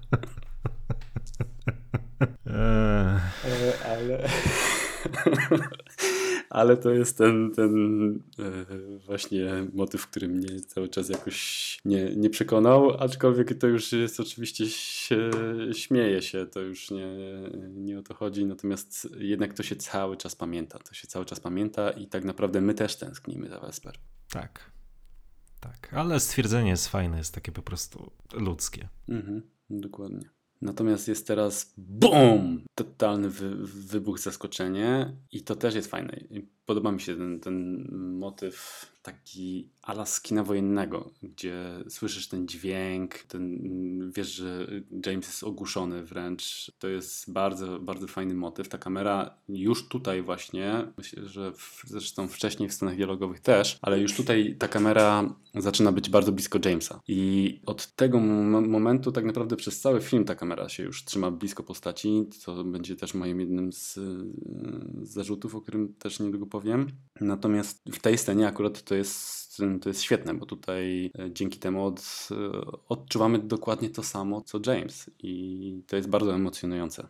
Ale to jest ten właśnie motyw, który mnie cały czas jakoś nie przekonał, aczkolwiek to już jest oczywiście śmieje się, to już nie o to chodzi, natomiast jednak to się cały czas pamięta i tak naprawdę my też tęsknimy za Vesper. Tak, ale stwierdzenie jest fajne, jest takie po prostu ludzkie. Dokładnie. Natomiast jest teraz BOOM! Totalny wybuch, zaskoczenie i to też jest fajne. I podoba mi się ten motyw taki a la z kina wojennego, gdzie słyszysz ten dźwięk, wiesz, że James jest ogłuszony wręcz. To jest bardzo, bardzo fajny motyw. Ta kamera już tutaj właśnie, myślę, że zresztą wcześniej w scenach dialogowych też, ale już tutaj ta kamera zaczyna być bardzo blisko Jamesa. I od tego momentu tak naprawdę przez cały film ta kamera się już trzyma blisko postaci, co będzie też moim jednym z zarzutów, o którym też niedługo powiem. Natomiast w tej scenie akurat to jest świetne, bo tutaj dzięki temu odczuwamy dokładnie to samo, co James i to jest bardzo emocjonujące.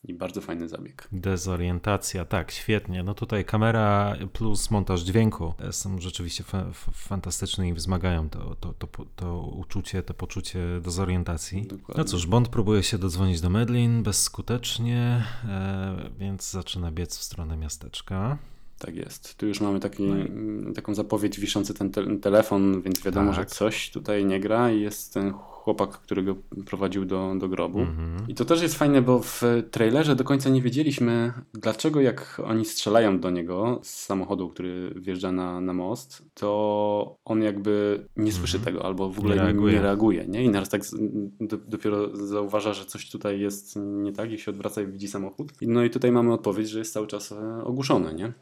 I bardzo fajny zabieg. Dezorientacja, tak, świetnie. No tutaj kamera plus montaż dźwięku są rzeczywiście fantastyczne i wzmagają to uczucie, to poczucie dezorientacji. Dokładnie. No cóż, Bond próbuje się dodzwonić do Madeleine bezskutecznie, więc zaczyna biec w stronę miasteczka. Tak jest. Tu już mamy taką zapowiedź, wiszący ten telefon, więc wiadomo, Tak. że coś tutaj nie gra i jest ten chłopak, który go prowadził do grobu. I to też jest fajne, bo w trailerze do końca nie wiedzieliśmy, dlaczego jak oni strzelają do niego z samochodu, który wjeżdża na most, to on jakby nie słyszy tego, albo w ogóle nie reaguje. Nie? I naraz tak dopiero zauważa, że coś tutaj jest nie tak i się odwraca i widzi samochód. No i tutaj mamy odpowiedź, że jest cały czas ogłuszony, nie?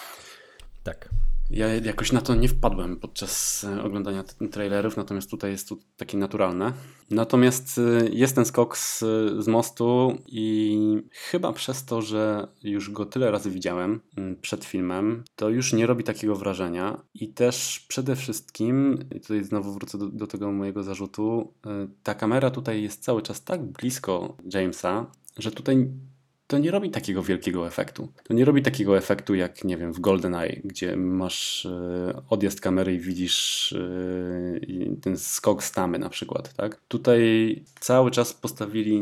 Tak. Ja jakoś na to nie wpadłem podczas oglądania trailerów, natomiast tutaj jest to takie naturalne. Natomiast jest ten skok z mostu i chyba przez to, że już go tyle razy widziałem przed filmem, to już nie robi takiego wrażenia. I też przede wszystkim, i tutaj znowu wrócę do tego mojego zarzutu, ta kamera tutaj jest cały czas tak blisko Jamesa, że tutaj to nie robi takiego wielkiego efektu. To nie robi takiego efektu jak, nie wiem, w GoldenEye, gdzie masz odjazd kamery i widzisz ten skok z tamy na przykład. Tak? Tutaj cały czas postawili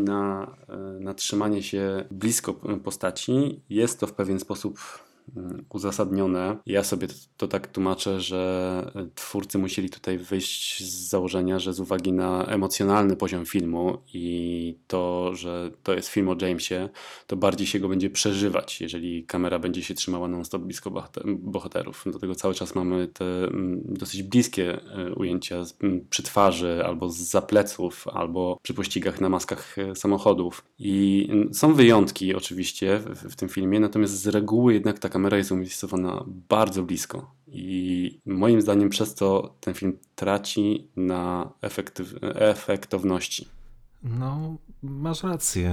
na trzymanie się blisko postaci. Jest to w pewien sposób uzasadnione. Ja sobie to tak tłumaczę, że twórcy musieli tutaj wyjść z założenia, że z uwagi na emocjonalny poziom filmu i to, że to jest film o Jamesie, to bardziej się go będzie przeżywać, jeżeli kamera będzie się trzymała non-stop blisko bohaterów. Dlatego cały czas mamy te dosyć bliskie ujęcia przy twarzy, albo zza pleców, albo przy pościgach na maskach samochodów. I są wyjątki oczywiście w tym filmie, natomiast z reguły jednak ta kamera jest umiejscowiona bardzo blisko i moim zdaniem przez to ten film traci na efektowności. No, masz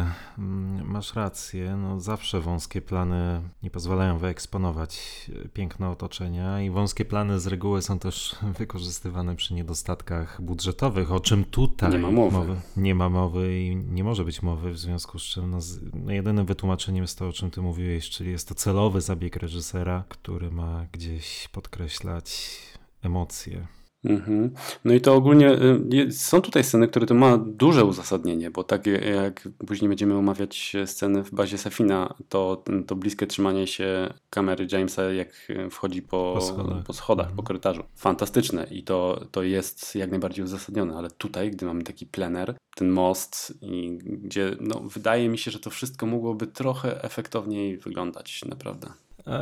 rację. No, zawsze wąskie plany nie pozwalają wyeksponować piękna otoczenia i wąskie plany z reguły są też wykorzystywane przy niedostatkach budżetowych, o czym tutaj nie ma mowy i nie może być mowy, w związku z czym jedynym wytłumaczeniem jest to, o czym ty mówiłeś, czyli jest to celowy zabieg reżysera, który ma gdzieś podkreślać emocje. No i to ogólnie są tutaj sceny, które to ma duże uzasadnienie, bo tak jak później będziemy omawiać sceny w bazie Safina, to bliskie trzymanie się kamery Jamesa, jak wchodzi po schodach, po korytarzu. Fantastyczne i to jest jak najbardziej uzasadnione, ale tutaj, gdy mamy taki plener, ten most, gdzie wydaje mi się, że to wszystko mogłoby trochę efektowniej wyglądać, naprawdę.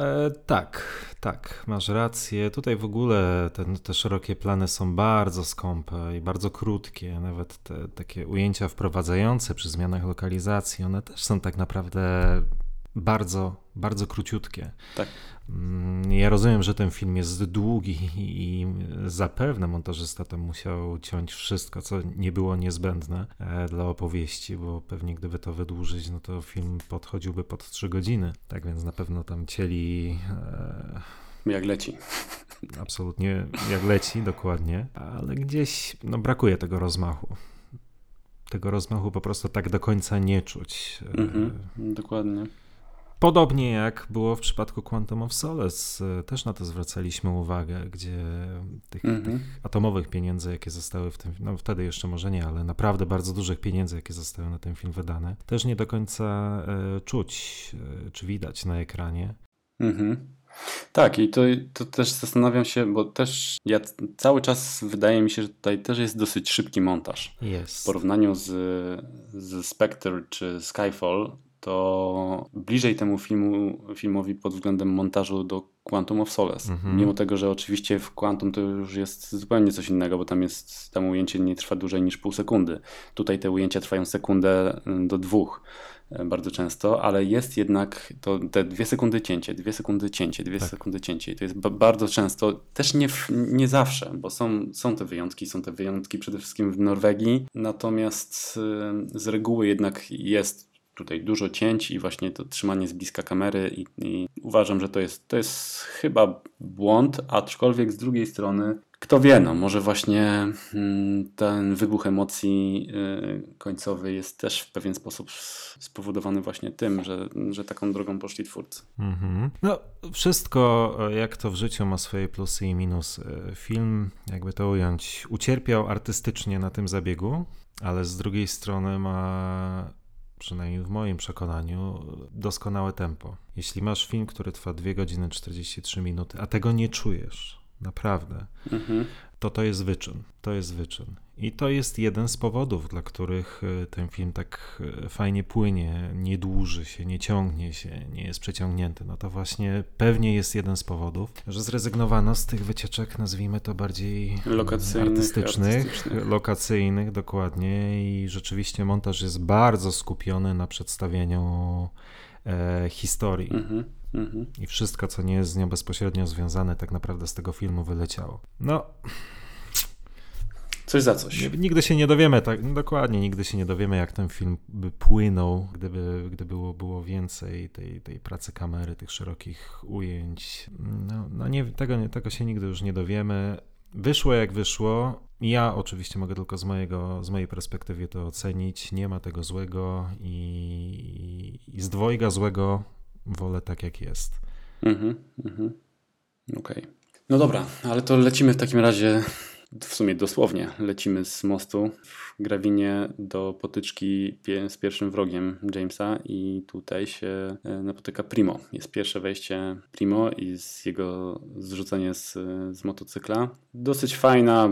Tak, masz rację. Tutaj w ogóle te szerokie plany są bardzo skąpe i bardzo krótkie. Nawet te takie ujęcia wprowadzające przy zmianach lokalizacji, one też są tak naprawdę bardzo, bardzo króciutkie. Tak. Ja rozumiem, że ten film jest długi i zapewne montażysta tam musiał ciąć wszystko, co nie było niezbędne dla opowieści, bo pewnie gdyby to wydłużyć, no to film podchodziłby pod 3 godziny. Tak więc na pewno tam cieli... Jak leci. Absolutnie jak leci, dokładnie. Ale gdzieś brakuje tego rozmachu. Tego rozmachu po prostu tak do końca nie czuć. Dokładnie. Podobnie jak było w przypadku Quantum of Solace, też na to zwracaliśmy uwagę, gdzie tych atomowych pieniędzy, jakie zostały w tym, wtedy jeszcze może nie, ale naprawdę bardzo dużych pieniędzy, jakie zostały na ten film wydane, też nie do końca czuć, czy widać na ekranie. Tak, i to też zastanawiam się, bo też cały czas wydaje mi się, że tutaj też jest dosyć szybki montaż. Jest. W porównaniu z Spectre czy Skyfall, to bliżej temu filmowi pod względem montażu do Quantum of Solace. Mimo tego, że oczywiście w Quantum to już jest zupełnie coś innego, bo tam ujęcie nie trwa dłużej niż pół sekundy. Tutaj te ujęcia trwają sekundę do 2 bardzo często, ale jest jednak to te 2 sekundy cięcie, 2 sekundy cięcie, 2 sekundy cięcie. I to jest bardzo często, też nie zawsze, bo są te wyjątki przede wszystkim w Norwegii, natomiast z reguły jednak jest tutaj dużo cięć i właśnie to trzymanie z bliska kamery i uważam, że to jest chyba błąd, aczkolwiek z drugiej strony Kto wie, no może właśnie ten wybuch emocji końcowy jest też w pewien sposób spowodowany właśnie tym, że taką drogą poszli twórcy. No, wszystko jak to w życiu ma swoje plusy i minusy. Film, jakby to ująć, ucierpiał artystycznie na tym zabiegu, ale z drugiej strony ma, przynajmniej w moim przekonaniu, doskonałe tempo. Jeśli masz film, który trwa 2 godziny 43 minuty, a tego nie czujesz, naprawdę, to jest wyczyn. To jest wyczyn. I to jest jeden z powodów, dla których ten film tak fajnie płynie, nie dłuży się, nie ciągnie się, nie jest przeciągnięty. No to właśnie pewnie jest jeden z powodów, że zrezygnowano z tych wycieczek, nazwijmy to bardziej artystycznych, lokacyjnych, dokładnie. I rzeczywiście montaż jest bardzo skupiony na przedstawieniu historii. I wszystko, co nie jest z nią bezpośrednio związane, tak naprawdę z tego filmu wyleciało. No, coś za coś. Nigdy się nie dowiemy, tak dokładnie, nigdy się nie dowiemy, jak ten film by płynął, gdyby było więcej tej pracy kamery, tych szerokich ujęć. No nie, tego się nigdy już nie dowiemy. Wyszło jak wyszło. Ja oczywiście mogę tylko z mojej perspektywy to ocenić. Nie ma tego złego i z dwojga złego wolę tak, jak jest. Okej. No dobra, ale to lecimy w takim razie, w sumie dosłownie, lecimy z mostu w Gravinie do potyczki z pierwszym wrogiem Jamesa i tutaj się napotyka Primo. Jest pierwsze wejście Primo i jego zrzucenie z motocykla. Dosyć fajna,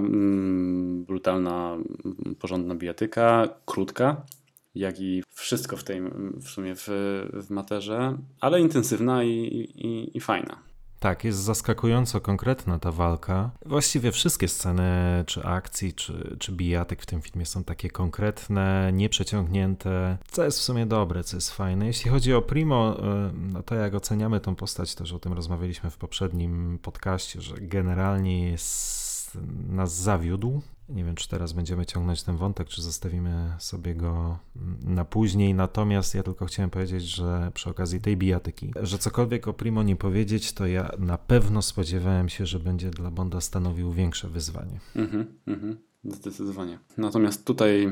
brutalna, porządna bijatyka, krótka, jak i wszystko w sumie w materze, ale intensywna i fajna. Tak, jest zaskakująco konkretna ta walka. Właściwie wszystkie sceny, czy akcji, czy bijatyk w tym filmie są takie konkretne, nieprzeciągnięte, co jest w sumie dobre, co jest fajne. Jeśli chodzi o Primo, no to jak oceniamy tą postać, też o tym rozmawialiśmy w poprzednim podcaście, że generalnie nas zawiódł. Nie wiem, czy teraz będziemy ciągnąć ten wątek, czy zostawimy sobie go na później. Natomiast ja tylko chciałem powiedzieć, że przy okazji tej bijatyki, że cokolwiek o Primo nie powiedzieć, to ja na pewno spodziewałem się, że będzie dla Bonda stanowił większe wyzwanie. Zdecydowanie. Natomiast tutaj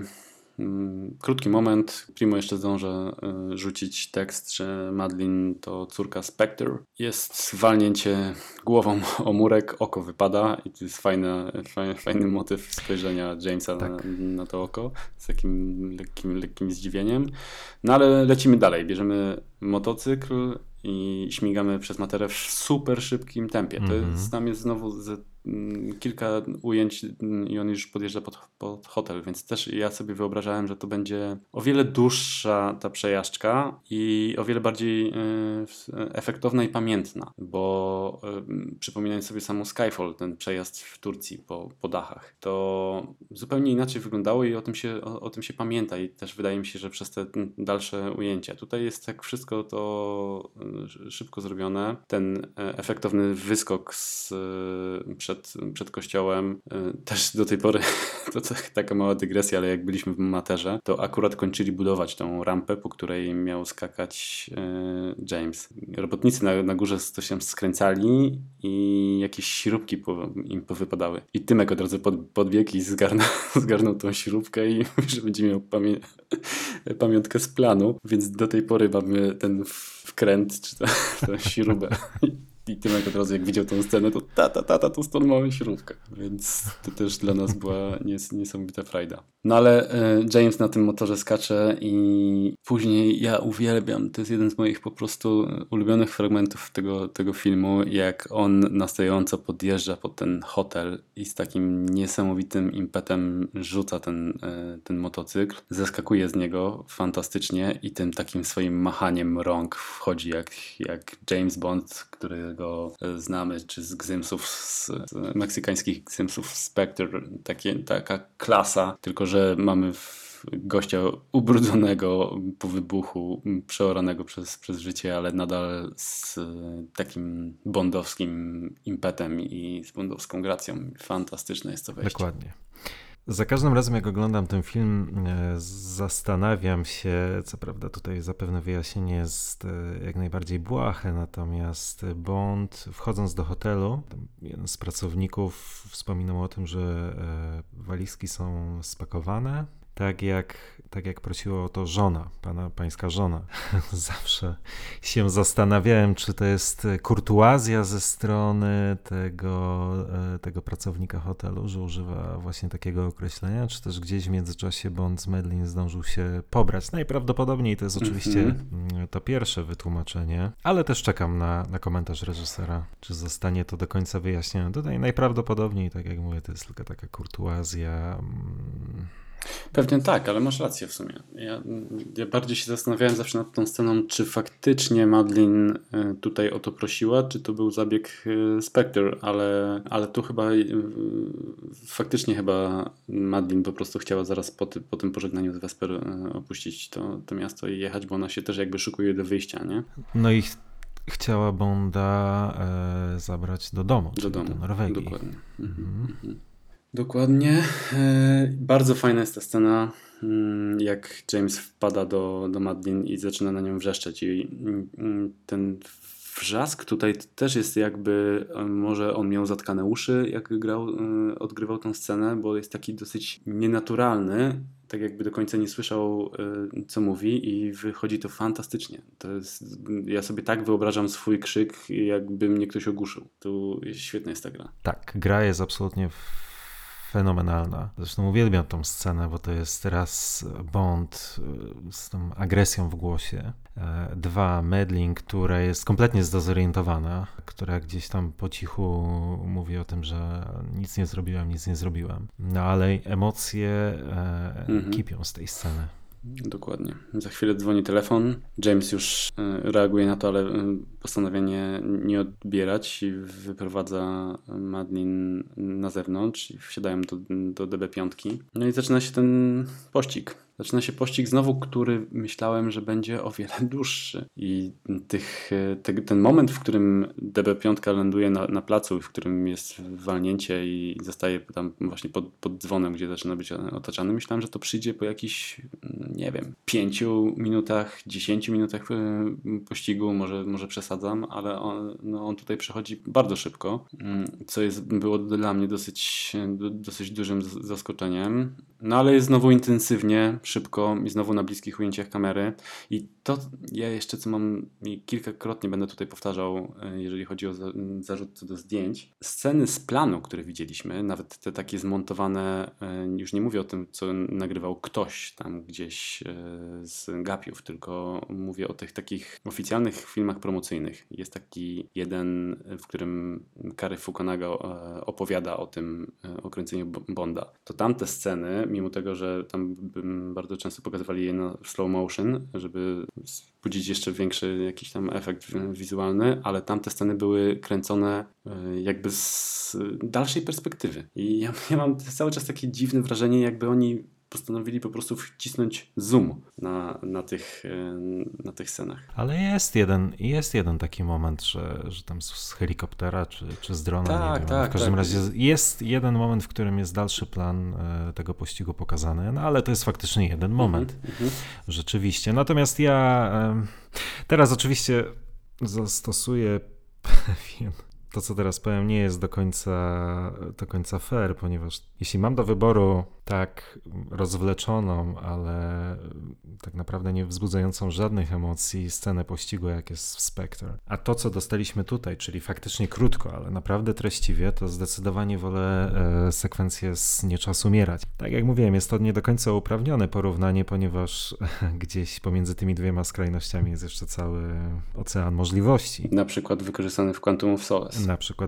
krótki moment. Primo jeszcze zdąża rzucić tekst, że Madeline to córka Spectre. Jest walnięcie głową o murek, oko wypada i to jest fajny motyw spojrzenia Jamesa na to oko z takim lekkim zdziwieniem. No ale lecimy dalej. Bierzemy motocykl i śmigamy przez materę w super szybkim tempie. Tam jest znowu kilka ujęć i on już podjeżdża pod hotel, więc też ja sobie wyobrażałem, że to będzie o wiele dłuższa ta przejażdżka i o wiele bardziej efektowna i pamiętna, bo przypominając sobie samo Skyfall, ten przejazd w Turcji po dachach, to zupełnie inaczej wyglądało i o tym się pamięta i też wydaje mi się, że przez te dalsze ujęcia. Tutaj jest tak wszystko to szybko zrobione. Ten efektowny wyskok przed kościołem. Też do tej pory, to taka mała dygresja, ale jak byliśmy w materze, to akurat kończyli budować tą rampę, po której miał skakać James. Robotnicy na górze to się skręcali i jakieś śrubki im powypadały. I Tymek od razu podbiegł i zgarnął tą śrubkę i mówi, że będzie miał pamiątkę z planu, więc do tej pory mamy ten wkręt, czy tę śrubę. I Tymek od razu jak widział tą scenę, to tata, tu stąd mamy śrubkę. Więc to też dla nas była niesamowita frajda. No ale James na tym motorze skacze i później ja uwielbiam, to jest jeden z moich po prostu ulubionych fragmentów tego filmu, jak on na stojąco podjeżdża pod ten hotel i z takim niesamowitym impetem rzuca ten motocykl, zeskakuje z niego fantastycznie i tym takim swoim machaniem rąk wchodzi jak James Bond, którego znamy, czy z Gzymsów, z meksykańskich Gzymsów Spectre, taka klasa, tylko że mamy gościa ubrudzonego po wybuchu, przeoranego przez życie, ale nadal z takim bondowskim impetem i z bondowską gracją. Fantastyczne jest to wejście. Dokładnie. Za każdym razem, jak oglądam ten film, zastanawiam się, co prawda tutaj zapewne wyjaśnienie jest jak najbardziej błahe, natomiast Bond, wchodząc do hotelu, jeden z pracowników wspominał o tym, że walizki są spakowane, tak jak prosiła o to żona, pańska żona. Zawsze się zastanawiałem, czy to jest kurtuazja ze strony tego pracownika hotelu, że używa właśnie takiego określenia, czy też gdzieś w międzyczasie Bond z Madeleine zdążył się pobrać. Najprawdopodobniej to jest oczywiście to pierwsze wytłumaczenie, ale też czekam na komentarz reżysera, czy zostanie to do końca wyjaśnione. Tutaj najprawdopodobniej, tak jak mówię, to jest tylko taka kurtuazja. Pewnie tak, ale masz rację w sumie. Ja bardziej się zastanawiałem zawsze nad tą sceną, czy faktycznie Madeleine tutaj o to prosiła, czy to był zabieg Spectre, ale tu chyba faktycznie chyba Madeleine po prostu chciała zaraz po tym pożegnaniu z Vesper opuścić to miasto i jechać, bo ona się też jakby szykuje do wyjścia, nie? No i chciała Bonda zabrać do domu, Do domu, do Norwegii. dokładnie. Dokładnie. Bardzo fajna jest ta scena, jak James wpada do Madeleine i zaczyna na nią wrzeszczeć. I ten wrzask tutaj też jest jakby, może on miał zatkane uszy, jak odgrywał tę scenę, bo jest taki dosyć nienaturalny, tak jakby do końca nie słyszał, co mówi i wychodzi to fantastycznie. Ja sobie tak wyobrażam swój krzyk, jakby mnie ktoś ogłuszył. Tu świetna jest ta gra. Tak, gra jest absolutnie fenomenalna. Zresztą uwielbiam tą scenę, bo to jest raz Bond z tą agresją w głosie, dwa Madeleine, która jest kompletnie zdezorientowana, która gdzieś tam po cichu mówi o tym, że nic nie zrobiłem. No ale emocje kipią z tej sceny. Dokładnie. Za chwilę dzwoni telefon. James już reaguje na to, ale postanawia nie odbierać i wyprowadza Madeleine na zewnątrz i wsiadają do DB5. No i zaczyna się ten pościg. Zaczyna się pościg znowu, który myślałem, że będzie o wiele dłuższy. I ten moment, w którym DB5 ląduje na placu, w którym jest walnięcie i zostaje tam właśnie pod dzwonem, gdzie zaczyna być otaczany, myślałem, że to przyjdzie po jakichś, nie wiem, 5 minutach, 10 minutach pościgu, może przesadzam, ale on tutaj przychodzi bardzo szybko, co było dla mnie dosyć dużym zaskoczeniem. No ale jest znowu intensywnie, szybko i znowu na bliskich ujęciach kamery. I to ja jeszcze co mam i kilkakrotnie będę tutaj powtarzał, jeżeli chodzi o zarzut co do zdjęć. Sceny z planu, które widzieliśmy, nawet te takie zmontowane, już nie mówię o tym, co nagrywał ktoś tam gdzieś z gapiów, tylko mówię o tych takich oficjalnych filmach promocyjnych. Jest taki jeden, w którym Cary Fukunaga opowiada o tym, o kręceniu Bonda. To tamte sceny, mimo tego, że tam bardzo często pokazywali je w slow motion, żeby wzbudzić jeszcze większy jakiś tam efekt wizualny, ale tamte sceny były kręcone jakby z dalszej perspektywy. I ja mam cały czas takie dziwne wrażenie, jakby oni postanowili po prostu wcisnąć zoom na tych scenach. Ale jest jeden taki moment, że tam z helikoptera czy z drona, tak, nie wiem. Tak, w każdym tak. razie jest jeden moment, w którym jest dalszy plan tego pościgu pokazany, no ale to jest faktycznie jeden moment. Rzeczywiście. Natomiast ja teraz oczywiście zastosuję pewien... To, co teraz powiem, nie jest do końca fair, ponieważ jeśli mam do wyboru tak rozwleczoną, ale tak naprawdę nie wzbudzającą żadnych emocji scenę pościgu, jak jest w Spectre, a to, co dostaliśmy tutaj, czyli faktycznie krótko, ale naprawdę treściwie, to zdecydowanie wolę sekwencję z Nie czas umierać. Tak jak mówiłem, jest to nie do końca uprawnione porównanie, ponieważ gdzieś pomiędzy tymi dwiema skrajnościami jest jeszcze cały ocean możliwości. Na przykład wykorzystany w Quantum of Solace.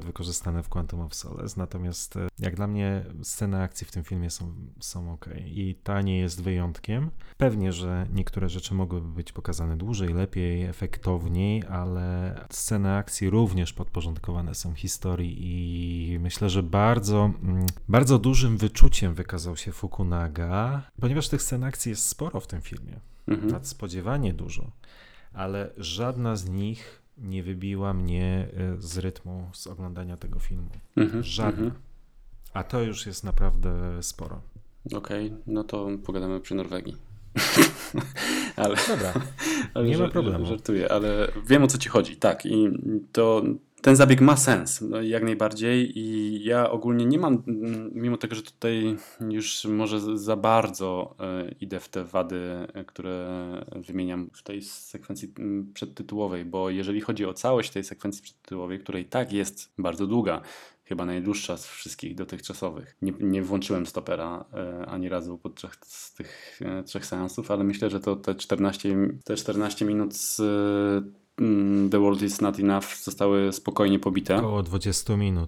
Natomiast jak dla mnie sceny akcji w tym filmie są okej. I ta nie jest wyjątkiem. Pewnie, że niektóre rzeczy mogłyby być pokazane dłużej, lepiej, efektowniej, ale sceny akcji również podporządkowane są historii i myślę, że bardzo, bardzo dużym wyczuciem wykazał się Fukunaga, ponieważ tych scen akcji jest sporo w tym filmie. Nadspodziewanie dużo, ale żadna z nich nie wybiła mnie z rytmu z oglądania tego filmu. Żadna. A to już jest naprawdę sporo. Okej, no to pogadamy przy Norwegii. ale, Dobra, ale nie ma problemu. Żartuję, ale wiem, o co ci chodzi. Tak, i ten zabieg ma sens, no, jak najbardziej, i ja ogólnie nie mam, mimo tego, że tutaj już może za bardzo idę w te wady, które wymieniam w tej sekwencji przedtytułowej, bo jeżeli chodzi o całość tej sekwencji przedtytułowej, która i tak jest bardzo długa, chyba najdłuższa z wszystkich dotychczasowych. Nie włączyłem stopera ani razu podczas tych 3 seansów, ale myślę, że to te 14 minut z The World Is Not Enough zostały spokojnie pobite. Około 20 minut.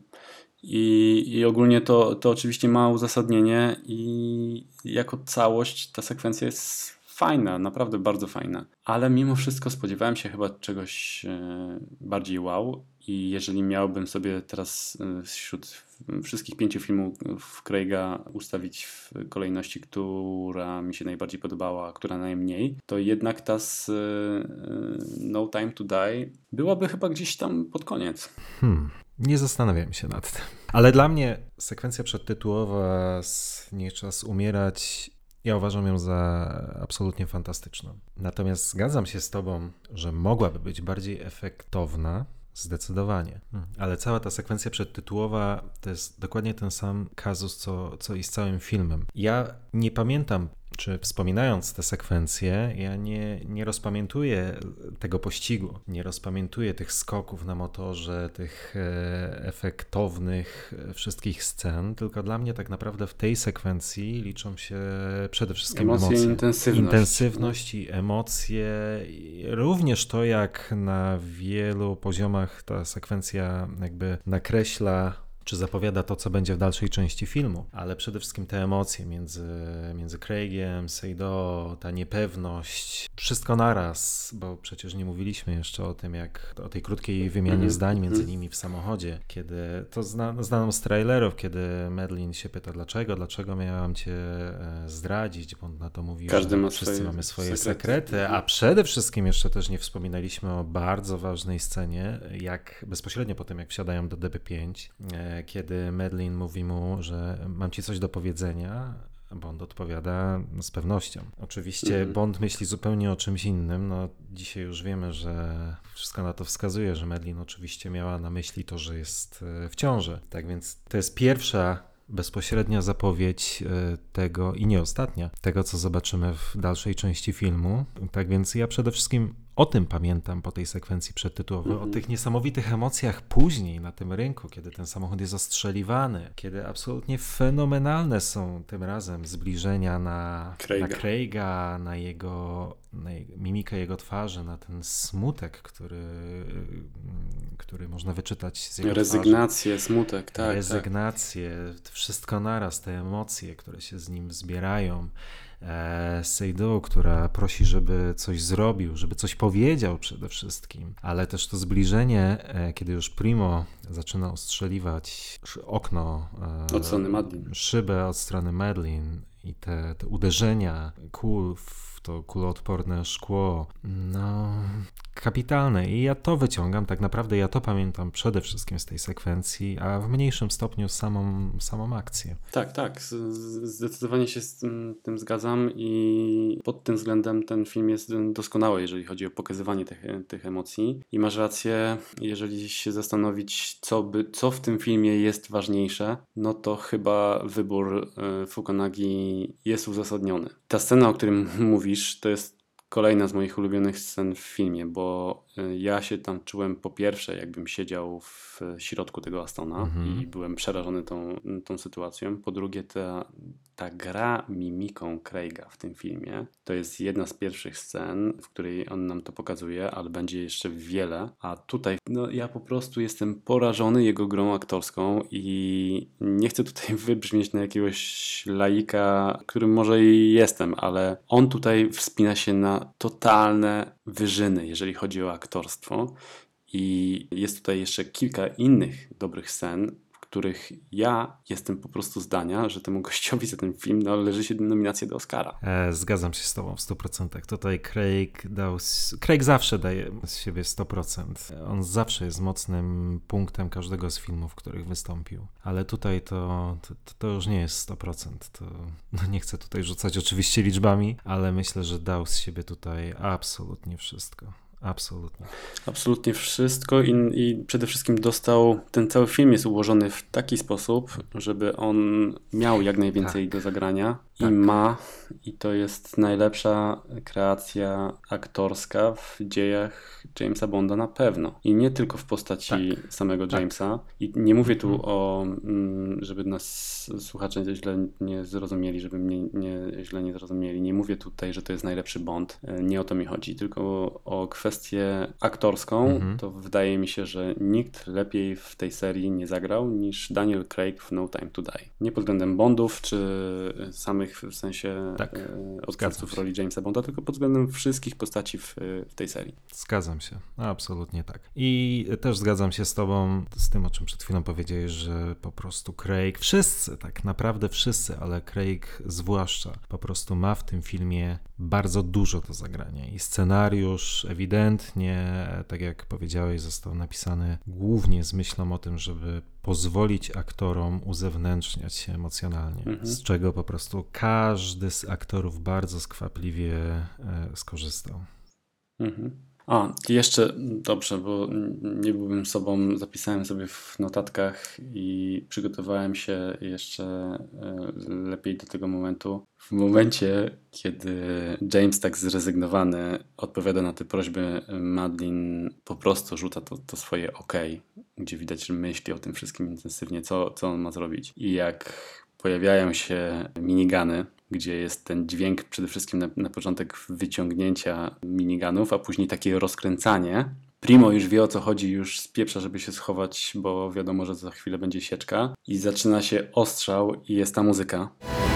I ogólnie to oczywiście ma uzasadnienie i jako całość ta sekwencja jest fajna, naprawdę bardzo fajna. Ale mimo wszystko spodziewałem się chyba czegoś bardziej wow. I jeżeli miałbym sobie teraz wśród wszystkich 5 filmów Craiga ustawić w kolejności, która mi się najbardziej podobała, a która najmniej, to jednak ta z No Time to Die byłaby chyba gdzieś tam pod koniec. Nie zastanawiałem się nad tym. Ale dla mnie sekwencja przedtytułowa z Nie czas umierać, ja uważam ją za absolutnie fantastyczną. Natomiast zgadzam się z tobą, że mogłaby być bardziej efektowna, zdecydowanie. Ale cała ta sekwencja przedtytułowa to jest dokładnie ten sam kazus, co i z całym filmem. Ja nie pamiętam, czy wspominając te sekwencje, ja nie rozpamiętuję tego pościgu, nie rozpamiętuję tych skoków na motorze, tych efektownych wszystkich scen, tylko dla mnie tak naprawdę w tej sekwencji liczą się przede wszystkim emocje. Intensywność i emocje. I również to, jak na wielu poziomach ta sekwencja jakby nakreśla czy zapowiada to, co będzie w dalszej części filmu, ale przede wszystkim te emocje między Craigiem, Seydoux, ta niepewność, wszystko naraz, bo przecież nie mówiliśmy jeszcze o tym, o tej krótkiej wymianie zdań między nimi w samochodzie, kiedy to znano z trailerów, kiedy Madeleine się pyta, dlaczego miałam cię zdradzić, bo on na to mówi, że wszyscy mamy swoje sekrety, a przede wszystkim jeszcze też nie wspominaliśmy o bardzo ważnej scenie, jak bezpośrednio po tym, jak wsiadają do DB5, kiedy Madeleine mówi mu, że mam ci coś do powiedzenia, Bond odpowiada z pewnością. Oczywiście Bond myśli zupełnie o czymś innym. No, dzisiaj już wiemy, że wszystko na to wskazuje, że Madeleine oczywiście miała na myśli to, że jest w ciąży. Tak więc to jest pierwsza bezpośrednia zapowiedź tego i nie ostatnia, tego co zobaczymy w dalszej części filmu. Tak więc ja przede wszystkim o tym pamiętam po tej sekwencji przedtytułowej, o tych niesamowitych emocjach później na tym rynku, kiedy ten samochód jest ostrzeliwany, kiedy absolutnie fenomenalne są tym razem zbliżenia na Craiga, na mimikę jego twarzy, na ten smutek, który można wyczytać z jego rezygnację, twarzy. Smutek, tak. Rezygnację, wszystko naraz, te emocje, które się z nim zbierają. Seydoux, która prosi, żeby coś zrobił, żeby coś powiedział przede wszystkim, ale też to zbliżenie, kiedy już Primo zaczyna ostrzeliwać okno, od strony Madeleine, szybę od strony Madeleine i te uderzenia kul w to kuloodporne szkło, no kapitalne. I ja to wyciągam, tak naprawdę ja to pamiętam przede wszystkim z tej sekwencji, a w mniejszym stopniu samą akcję. Tak, zdecydowanie się z tym zgadzam i pod tym względem ten film jest doskonały, jeżeli chodzi o pokazywanie tych emocji. I masz rację, jeżeli się zastanowić, co w tym filmie jest ważniejsze, no to chyba wybór Fukunagi jest uzasadniony. Ta scena, o którym mówisz, to jest kolejna z moich ulubionych scen w filmie, bo ja się tam czułem po pierwsze, jakbym siedział w środku tego Astona i byłem przerażony tą sytuacją. Po drugie, ta gra mimiką Craiga w tym filmie to jest jedna z pierwszych scen, w której on nam to pokazuje, ale będzie jeszcze wiele. A tutaj ja po prostu jestem porażony jego grą aktorską i nie chcę tutaj wybrzmieć na jakiegoś laika, którym może i jestem, ale on tutaj wspina się na totalne wyżyny, jeżeli chodzi o aktorstwo. I jest tutaj jeszcze kilka innych dobrych scen, których ja jestem po prostu zdania, że temu gościowi za ten film należy się nominacja do Oscara. Zgadzam się z tobą w 100%. Tutaj Craig zawsze daje z siebie 100%. On zawsze jest mocnym punktem każdego z filmów, w których wystąpił. Ale tutaj to już nie jest 100%. Nie chcę tutaj rzucać oczywiście liczbami, ale myślę, że dał z siebie tutaj absolutnie wszystko. Absolutnie. Absolutnie wszystko i przede wszystkim ten cały film jest ułożony w taki sposób, żeby on miał jak najwięcej do zagrania i to jest najlepsza kreacja aktorska w dziejach Jamesa Bonda na pewno. I nie tylko w postaci samego Jamesa. I nie mówię tu żeby nas słuchacze źle nie zrozumieli, żeby mnie źle nie zrozumieli. Nie mówię tutaj, że to jest najlepszy Bond. Nie o to mi chodzi, tylko o kwestię aktorską. To wydaje mi się, że nikt lepiej w tej serii nie zagrał niż Daniel Craig w No Time to Die. Nie pod względem Bondów, czy samych w sensie odkrywców roli Jamesa Bonda, tylko pod względem wszystkich postaci w tej serii. Zgadzam się, absolutnie tak. I też zgadzam się z tobą, z tym, o czym przed chwilą powiedziałeś, że po prostu Craig, wszyscy, tak naprawdę wszyscy, ale Craig zwłaszcza, po prostu ma w tym filmie bardzo dużo do zagrania i scenariusz ewidentnie, tak jak powiedziałeś, został napisany głównie z myślą o tym, żeby pozwolić aktorom uzewnętrzniać się emocjonalnie, z czego po prostu każdy z aktorów bardzo skwapliwie skorzystał. Jeszcze dobrze, bo nie byłbym sobą, zapisałem sobie w notatkach i przygotowałem się jeszcze lepiej do tego momentu. W momencie, kiedy James tak zrezygnowany odpowiada na te prośby, Madeleine po prostu rzuca to swoje okej, gdzie widać, że myśli o tym wszystkim intensywnie, co on ma zrobić. I jak pojawiają się minigany, gdzie jest ten dźwięk przede wszystkim na początek wyciągnięcia miniganów, a później takie rozkręcanie. Primo już wie, o co chodzi, już spieprza, żeby się schować, bo wiadomo, że za chwilę będzie sieczka. I zaczyna się ostrzał i jest ta muzyka.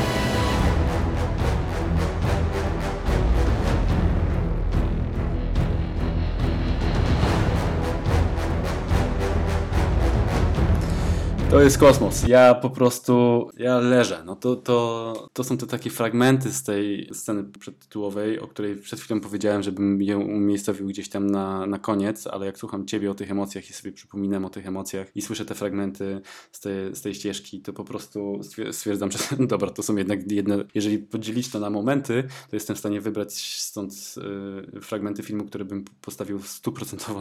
To jest kosmos. Ja leżę. No to są te takie fragmenty z tej sceny przedtytułowej, o której przed chwilą powiedziałem, żebym ją umiejscowił gdzieś tam na koniec, ale jak słucham ciebie o tych emocjach i sobie przypominam o tych emocjach i słyszę te fragmenty z tej ścieżki, to po prostu stwierdzam, że dobra, to są jednak jedne, jeżeli podzielić to na momenty, to jestem w stanie wybrać stąd fragmenty filmu, które bym postawił 100%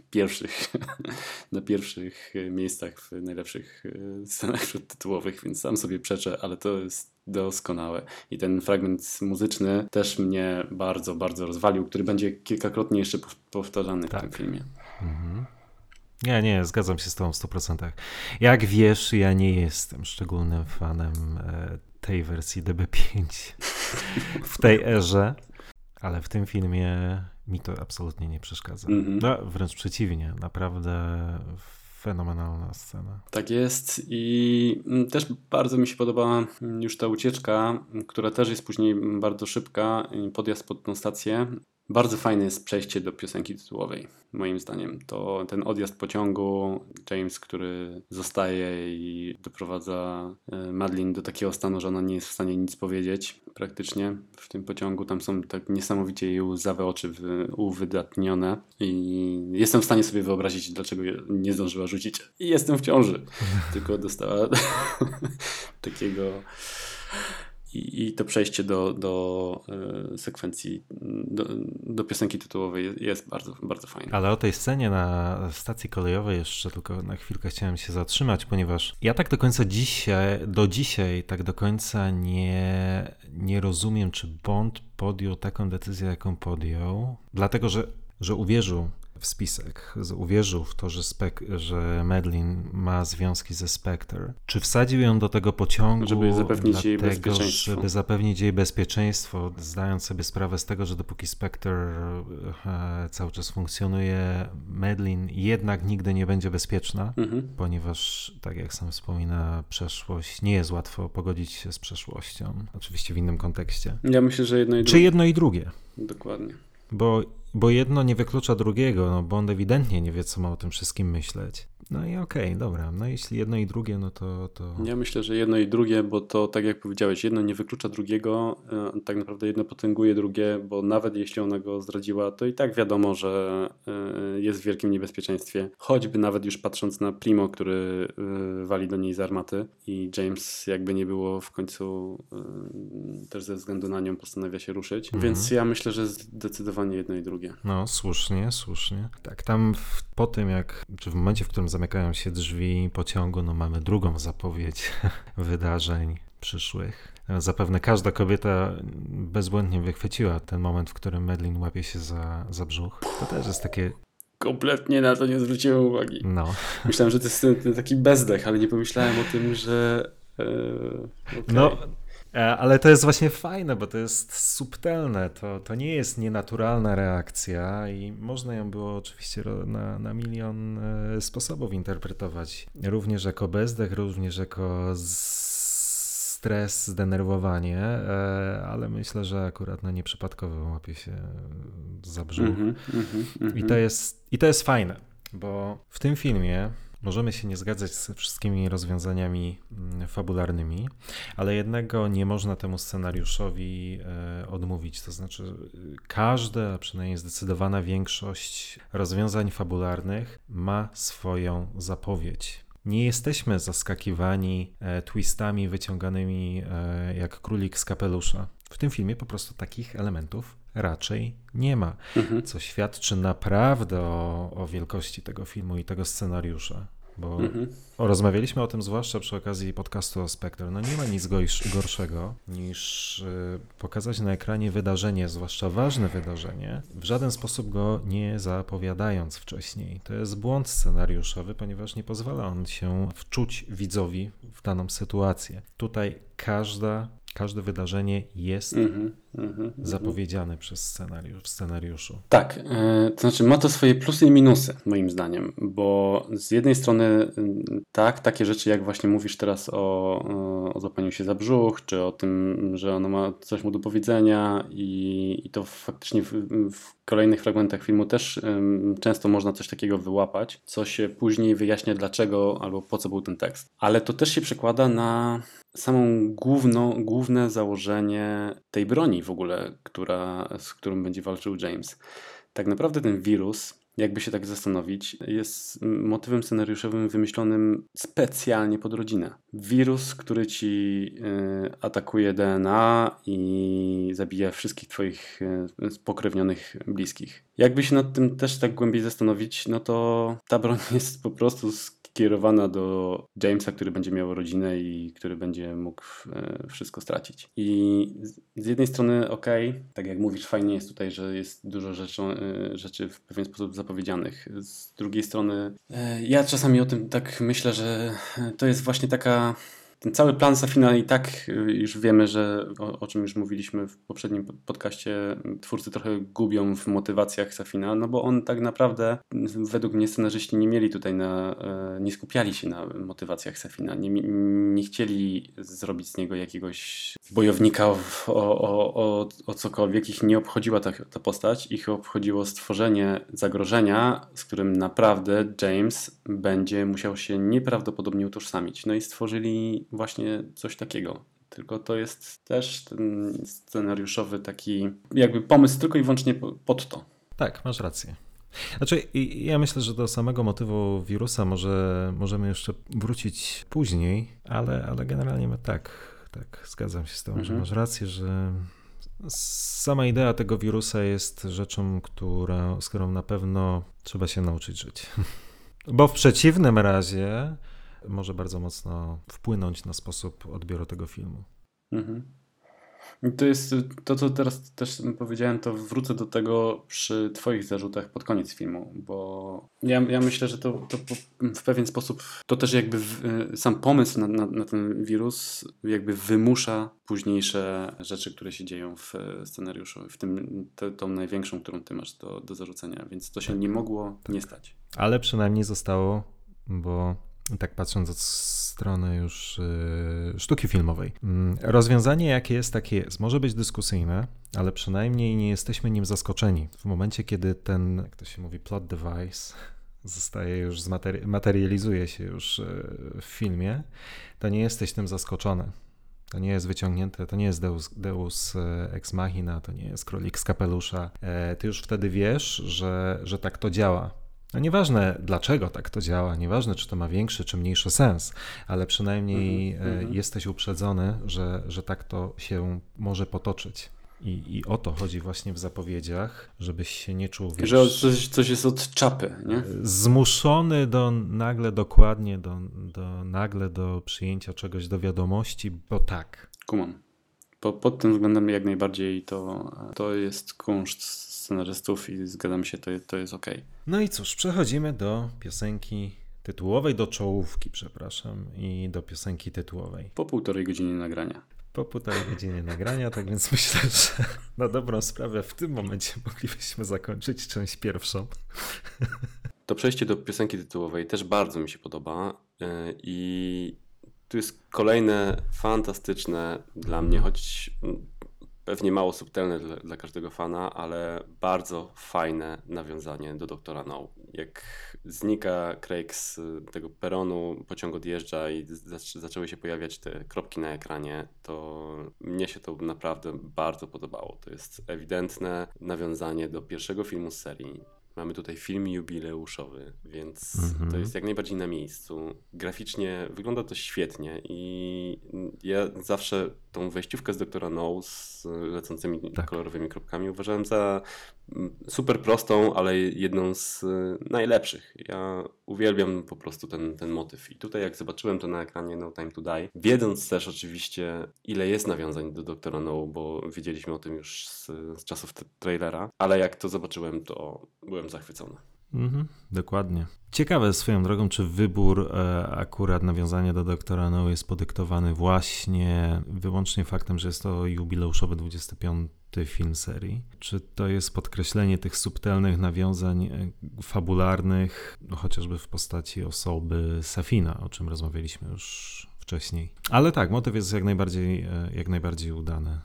na pierwszych miejscach w najlepszych scenach przedtytułowych, więc sam sobie przeczę, ale to jest doskonałe. I ten fragment muzyczny też mnie bardzo, bardzo rozwalił, który będzie kilkakrotnie jeszcze powtarzany w tym filmie. Nie, zgadzam się z tobą w 100%. Jak wiesz, ja nie jestem szczególnym fanem tej wersji DB5 w tej erze, ale w tym filmie mi to absolutnie nie przeszkadza. No, wręcz przeciwnie, naprawdę fenomenalna scena. Tak jest i też bardzo mi się podoba już ta ucieczka, która też jest później bardzo szybka, podjazd pod tą stację. Bardzo fajne jest przejście do piosenki tytułowej, moim zdaniem. To ten odjazd pociągu, James, który zostaje i doprowadza Madeleine do takiego stanu, że ona nie jest w stanie nic powiedzieć praktycznie w tym pociągu. Tam są tak niesamowicie jej łzawe oczy uwydatnione i jestem w stanie sobie wyobrazić, dlaczego nie zdążyła rzucić. I jestem w ciąży. Tylko dostała takiego... I to przejście do sekwencji, do piosenki tytułowej jest bardzo, bardzo fajne. Ale o tej scenie na stacji kolejowej jeszcze tylko na chwilkę chciałem się zatrzymać, ponieważ ja tak do końca do dzisiaj tak do końca nie rozumiem, czy Bond podjął taką decyzję, jaką podjął, dlatego, że uwierzył w spisek, uwierzył w to, że Madeleine ma związki ze Spectre. Czy wsadził ją do tego pociągu, żeby zapewnić jej bezpieczeństwo? Żeby zapewnić jej bezpieczeństwo, zdając sobie sprawę z tego, że dopóki Spectre cały czas funkcjonuje, Madeleine jednak nigdy nie będzie bezpieczna, ponieważ, tak jak sam wspomina, przeszłość nie jest łatwo pogodzić się z przeszłością. Oczywiście w innym kontekście. Ja myślę, że jedno i drugie. Czy jedno i drugie. Dokładnie. Bo jedno nie wyklucza drugiego, no bo on ewidentnie nie wie, co ma o tym wszystkim myśleć. No i okej, dobra. No jeśli jedno i drugie, no to... Ja myślę, że jedno i drugie, bo to tak jak powiedziałeś, jedno nie wyklucza drugiego, tak naprawdę jedno potęguje drugie, bo nawet jeśli ona go zdradziła, to i tak wiadomo, że jest w wielkim niebezpieczeństwie. Choćby nawet już patrząc na Primo, który wali do niej z armaty i James jakby nie było w końcu też ze względu na nią postanawia się ruszyć. Więc ja myślę, że zdecydowanie jedno i drugie. No, słusznie. Tak, tam po tym czy w momencie, w którym zamykają się drzwi pociągu, no mamy drugą zapowiedź wydarzeń przyszłych. Zapewne każda kobieta bezbłędnie wychwyciła ten moment, w którym Madeline łapie się za brzuch. To też jest takie... Kompletnie na to nie zwróciłem uwagi. No. Myślałem, że to jest taki bezdech, ale nie pomyślałem o tym, że... Okay. No, ale to jest właśnie fajne, bo to jest subtelne, to nie jest nienaturalna reakcja i można ją było oczywiście na milion sposobów interpretować. Również jako bezdech, również jako stres, zdenerwowanie, ale myślę, że akurat nieprzypadkowo łapie się za brzuch. I to jest fajne, bo w tym filmie możemy się nie zgadzać z wszystkimi rozwiązaniami fabularnymi, ale jednego nie można temu scenariuszowi odmówić, to znaczy każda, a przynajmniej zdecydowana większość rozwiązań fabularnych ma swoją zapowiedź. Nie jesteśmy zaskakiwani twistami wyciąganymi jak królik z kapelusza. W tym filmie po prostu takich elementów raczej nie ma, co świadczy naprawdę o wielkości tego filmu i tego scenariusza, bo rozmawialiśmy o tym zwłaszcza przy okazji podcastu o Spectre. No nie ma nic gorszego niż pokazać na ekranie wydarzenie, zwłaszcza ważne wydarzenie, w żaden sposób go nie zapowiadając wcześniej. To jest błąd scenariuszowy, ponieważ nie pozwala on się wczuć widzowi w daną sytuację. Tutaj każde wydarzenie jest zapowiedziane przez scenariuszu. Tak, to znaczy ma to swoje plusy i minusy moim zdaniem, bo z jednej strony tak, takie rzeczy jak właśnie mówisz teraz o złapaniu się za brzuch, czy o tym, że ono ma coś mu do powiedzenia i to faktycznie w kolejnych fragmentach filmu też często można coś takiego wyłapać, co się później wyjaśnia dlaczego albo po co był ten tekst. Ale to też się przekłada na samą główne założenie tej broni w ogóle, z którą będzie walczył James. Tak naprawdę ten wirus, jakby się tak zastanowić, jest motywem scenariuszowym wymyślonym specjalnie pod rodzinę. Wirus, który ci atakuje DNA i zabija wszystkich twoich spokrewnionych bliskich. Jakby się nad tym też tak głębiej zastanowić, no to ta broń jest po prostu skierowana do Jamesa, który będzie miał rodzinę i który będzie mógł wszystko stracić. I z jednej strony tak jak mówisz, fajnie jest tutaj, że jest dużo rzeczy w pewien sposób zapowiedzianych. Z drugiej strony ja czasami o tym tak myślę, że to jest właśnie ten cały plan Safina i tak już wiemy, że o czym już mówiliśmy w poprzednim podcaście, twórcy trochę gubią w motywacjach Safina, no bo on tak naprawdę, według mnie scenarzyści nie skupiali się na motywacjach Safina, nie chcieli zrobić z niego jakiegoś bojownika o cokolwiek, ich nie obchodziła ta postać, ich obchodziło stworzenie zagrożenia, z którym naprawdę James będzie musiał się nieprawdopodobnie utożsamić. No i stworzyli właśnie coś takiego. Tylko to jest też ten scenariuszowy taki jakby pomysł tylko i wyłącznie pod to. Tak, masz rację. Znaczy, ja myślę, że do samego motywu wirusa możemy jeszcze wrócić później, ale generalnie tak, zgadzam się z tobą, że masz rację, że sama idea tego wirusa jest rzeczą, z którą na pewno trzeba się nauczyć żyć. Bo w przeciwnym razie może bardzo mocno wpłynąć na sposób odbioru tego filmu. To jest to, co teraz też powiedziałem, to wrócę do tego przy twoich zarzutach pod koniec filmu, bo ja myślę, że to w pewien sposób to też jakby sam pomysł na ten wirus jakby wymusza późniejsze rzeczy, które się dzieją w scenariuszu, w tym tą największą, którą ty masz do zarzucenia, więc to się nie mogło nie stać. Ale przynajmniej zostało, bo tak patrząc od strony już sztuki filmowej. Rozwiązanie jakie jest, takie jest. Może być dyskusyjne, ale przynajmniej nie jesteśmy nim zaskoczeni. W momencie, kiedy ten, jak to się mówi, plot device zostaje już, materializuje się już w filmie, to nie jesteś tym zaskoczony. To nie jest wyciągnięte, to nie jest Deus Ex Machina, to nie jest Królik z kapelusza. Ty już wtedy wiesz, że tak to działa. No nieważne dlaczego tak to działa, nieważne czy to ma większy czy mniejszy sens, ale przynajmniej jesteś uprzedzony, że tak to się może potoczyć. I o to chodzi właśnie w zapowiedziach, żebyś się nie czuł, wiesz, że coś jest od czapy, nie? Zmuszony nagle do przyjęcia czegoś do wiadomości, bo tak. Kumam. Pod tym względem jak najbardziej to jest kunszt scenarzystów i zgadzam się, to jest okej. No i cóż, przechodzimy do piosenki tytułowej, do czołówki, przepraszam, i do piosenki tytułowej. Po 1,5 godziny nagrania. Po 1,5 godziny nagrania, tak więc myślę, że na dobrą sprawę w tym momencie moglibyśmy zakończyć część pierwszą. To przejście do piosenki tytułowej też bardzo mi się podoba i tu jest kolejne fantastyczne dla mnie, choć pewnie mało subtelne dla każdego fana, ale bardzo fajne nawiązanie do Doktora No. Jak znika Craig z tego peronu, pociąg odjeżdża i zaczęły się pojawiać te kropki na ekranie, to mnie się to naprawdę bardzo podobało. To jest ewidentne nawiązanie do pierwszego filmu z serii. Mamy tutaj film jubileuszowy, więc to jest jak najbardziej na miejscu. Graficznie wygląda to świetnie i ja zawsze tą wejściówkę z Doktora No z lecącymi kolorowymi kropkami uważałem za super prostą, ale jedną z najlepszych. Ja uwielbiam po prostu ten motyw. I tutaj jak zobaczyłem to na ekranie No Time to Die, wiedząc też oczywiście ile jest nawiązań do Doktora No, bo wiedzieliśmy o tym już z czasów trailera, ale jak to zobaczyłem, to byłem zachwycony. Dokładnie. Ciekawe swoją drogą, czy wybór akurat nawiązania do Doktora No jest podyktowany właśnie wyłącznie faktem, że jest to jubileuszowy 25. film serii. Czy to jest podkreślenie tych subtelnych nawiązań fabularnych, chociażby w postaci osoby Safina, o czym rozmawialiśmy już wcześniej. Ale tak, motyw jest jak najbardziej udany.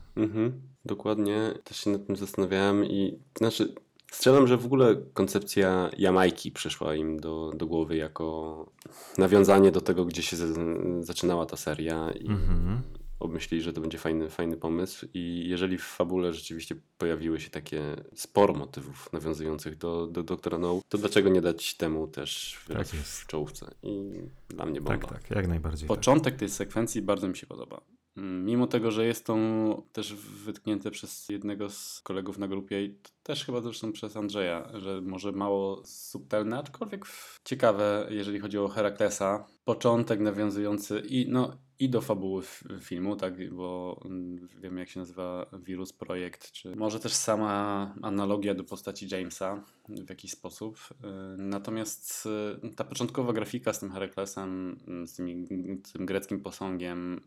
Dokładnie. Też się nad tym zastanawiałem i strzelam, że w ogóle koncepcja Jamajki przyszła im do głowy jako nawiązanie do tego, gdzie się zaczynała ta seria i obmyślili, że to będzie fajny pomysł i jeżeli w fabule rzeczywiście pojawiły się takie sporo motywów nawiązujących do Doktora No, to dlaczego nie dać temu też w czołówce? I dla mnie bomba. Tak, jak najbardziej. Początek tej sekwencji bardzo mi się podoba. Mimo tego, że jest to też wytknięte przez jednego z kolegów na grupie i też chyba zresztą przez Andrzeja, że może mało subtelne, aczkolwiek ciekawe, jeżeli chodzi o Heraklesa. Początek nawiązujący i do fabuły filmu, tak, bo wiemy jak się nazywa Wirus Projekt, czy może też sama analogia do postaci Jamesa w jakiś sposób. Natomiast ta początkowa grafika z tym Heraklesem, z tym greckim posągiem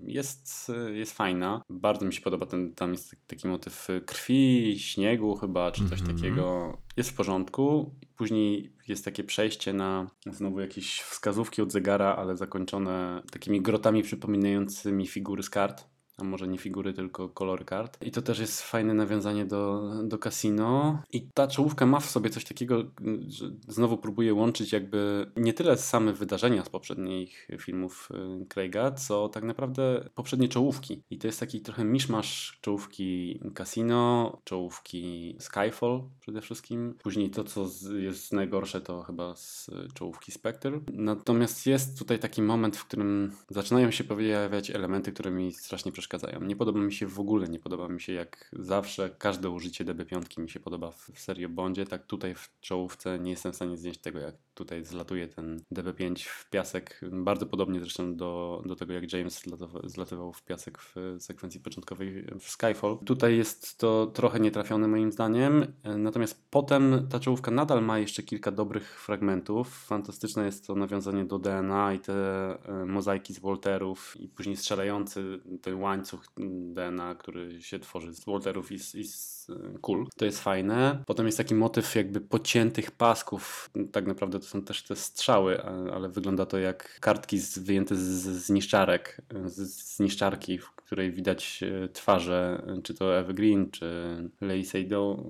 jest fajna. Bardzo mi się podoba, tam jest taki motyw krwi, śniegu chyba, czy coś takiego. Jest w porządku. Później jest takie przejście na znowu jakieś wskazówki od zegara, ale zakończone takimi grotami przypominającymi figury z kart. A może nie figury, tylko kolory kart. I to też jest fajne nawiązanie do Casino. I ta czołówka ma w sobie coś takiego, że znowu próbuje łączyć jakby nie tyle same wydarzenia z poprzednich filmów Craiga, co tak naprawdę poprzednie czołówki. I to jest taki trochę miszmasz czołówki Casino, czołówki Skyfall przede wszystkim. Później to, co jest najgorsze, to chyba z czołówki Spectre. Natomiast jest tutaj taki moment, w którym zaczynają się pojawiać elementy, które mi strasznie przeszkadzają. Nie podoba mi się w ogóle, nie podoba mi się jak zawsze każde użycie DB5 mi się podoba w serii o Bondzie, tak tutaj w czołówce nie jestem w stanie znieść tego, jak tutaj zlatuje ten DB5 w piasek, bardzo podobnie zresztą do tego jak James zlatywał w piasek w sekwencji początkowej w Skyfall. Tutaj jest to trochę nietrafione moim zdaniem, natomiast potem ta czołówka nadal ma jeszcze kilka dobrych fragmentów. Fantastyczne jest to nawiązanie do DNA i te mozaiki z Walterów i później strzelający ten łańcuch DNA, który się tworzy z Walterów i z kul. To jest fajne. Potem jest taki motyw jakby pociętych pasków. Tak naprawdę to są też te strzały, ale wygląda to jak kartki wyjęte z niszczarek, z niszczarki, której widać twarze, czy to Eva Green, czy Lei Seydoux,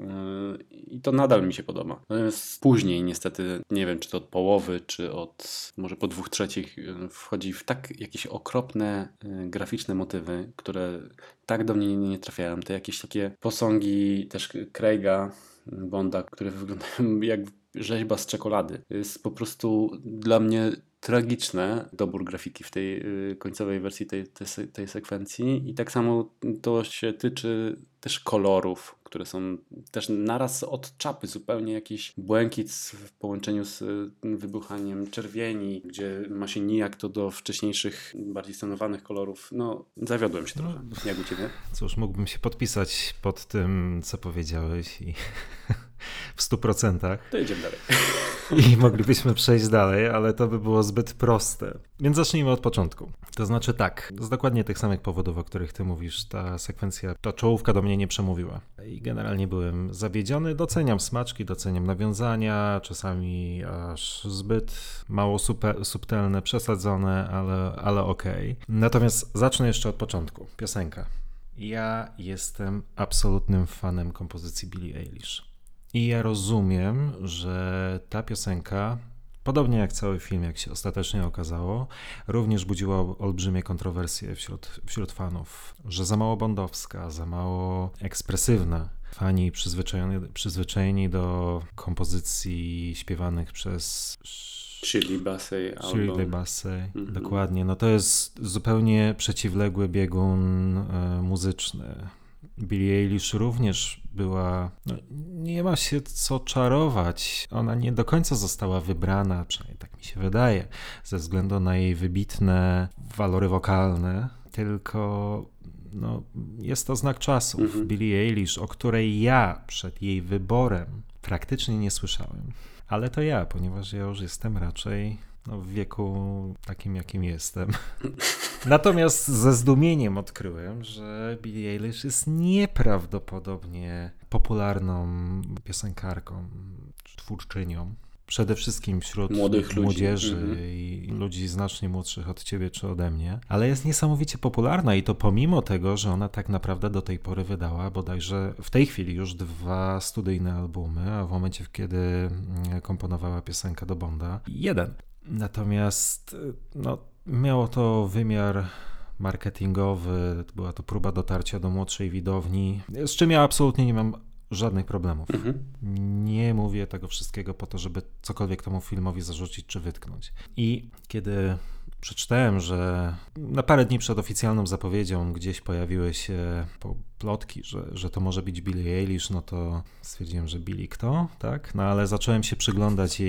i to nadal mi się podoba. Natomiast później niestety, nie wiem, czy to od połowy, czy od może po 2/3 wchodzi w tak jakieś okropne graficzne motywy, które tak do mnie nie trafiają. Te jakieś takie posągi też Craiga Bonda, które wyglądają jak rzeźba z czekolady. Jest po prostu dla mnie tragiczne dobór grafiki w tej końcowej wersji tej sekwencji i tak samo to się tyczy też kolorów, które są też naraz od czapy, zupełnie jakiś błękit w połączeniu z wybuchaniem czerwieni, gdzie ma się nijak to do wcześniejszych, bardziej stonowanych kolorów. No, zawiodłem się trochę. Jak u ciebie? Cóż, mógłbym się podpisać pod tym, co powiedziałeś i w 100%. To idziemy dalej. I moglibyśmy przejść dalej, ale to by było zbyt proste. Więc zacznijmy od początku. To znaczy tak, z dokładnie tych samych powodów, o których ty mówisz, ta sekwencja, ta czołówka do mnie nie przemówiła. I generalnie byłem zawiedziony. Doceniam smaczki, doceniam nawiązania, czasami aż zbyt mało subtelne, przesadzone, ale okej. Natomiast zacznę jeszcze od początku. Piosenka. Ja jestem absolutnym fanem kompozycji Billie Eilish. I ja rozumiem, że ta piosenka, podobnie jak cały film, jak się ostatecznie okazało, również budziła olbrzymie kontrowersje wśród fanów, że za mało bondowska, za mało ekspresywna. Fani przyzwyczajeni do kompozycji śpiewanych przez Shirley Bassey, dokładnie. No to jest zupełnie przeciwległy biegun muzyczny. Billie Eilish również była, nie ma się co czarować, ona nie do końca została wybrana, przynajmniej tak mi się wydaje, ze względu na jej wybitne walory wokalne, tylko jest to znak czasów. Billie Eilish, o której ja przed jej wyborem praktycznie nie słyszałem, ale to ja, ponieważ ja już jestem raczej w wieku takim, jakim jestem. Natomiast ze zdumieniem odkryłem, że Billie Eilish jest nieprawdopodobnie popularną piosenkarką, twórczynią. Przede wszystkim wśród młodych młodzieży i ludzi znacznie młodszych od ciebie czy ode mnie, ale jest niesamowicie popularna i to pomimo tego, że ona tak naprawdę do tej pory wydała bodajże w tej chwili już 2 studyjne albumy, a w momencie, kiedy komponowała piosenkę do Bonda, 1. Natomiast miało to wymiar marketingowy, była to próba dotarcia do młodszej widowni, z czym ja absolutnie nie mam żadnych problemów. Nie mówię tego wszystkiego po to, żeby cokolwiek temu filmowi zarzucić czy wytknąć. I kiedy przeczytałem, że na parę dni przed oficjalną zapowiedzią gdzieś pojawiły się plotki, że to może być Billie Eilish, no to stwierdziłem, że Billie kto, tak? No ale zacząłem się przyglądać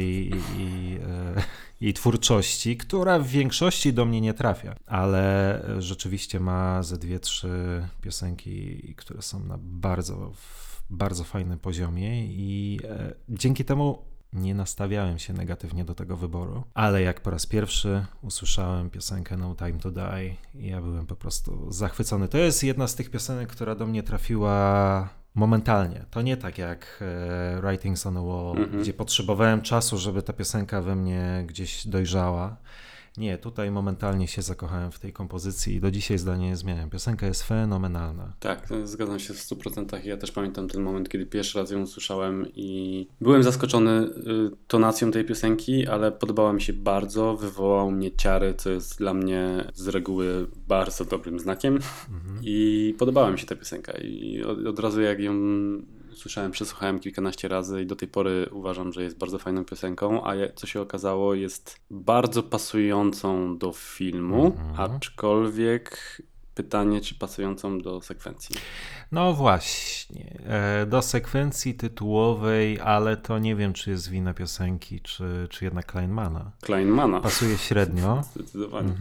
jej twórczości, która w większości do mnie nie trafia, ale rzeczywiście ma ze 2-3 piosenki, które są na bardzo fajnym poziomie i dzięki temu nie nastawiałem się negatywnie do tego wyboru, ale jak po raz pierwszy usłyszałem piosenkę No Time to Die, ja byłem po prostu zachwycony. To jest jedna z tych piosenek, która do mnie trafiła momentalnie. To nie tak jak Writings on the Wall, gdzie potrzebowałem czasu, żeby ta piosenka we mnie gdzieś dojrzała. Nie, tutaj momentalnie się zakochałem w tej kompozycji i do dzisiaj zdanie nie zmieniam. Piosenka jest fenomenalna. Tak, zgadzam się w 100%. Ja też pamiętam ten moment, kiedy pierwszy raz ją usłyszałem i byłem zaskoczony tonacją tej piosenki, ale podobała mi się bardzo, wywołał mnie ciary, co jest dla mnie z reguły bardzo dobrym znakiem i podobała mi się ta piosenka i od razu jak ją słyszałem, przesłuchałem kilkanaście razy i do tej pory uważam, że jest bardzo fajną piosenką, a co się okazało, jest bardzo pasującą do filmu, aczkolwiek pytanie, czy pasującą do sekwencji. No właśnie, do sekwencji tytułowej, ale to nie wiem, czy jest wina piosenki, czy jednak Kleinmana. Kleinmana. Pasuje średnio. Zdecydowanie.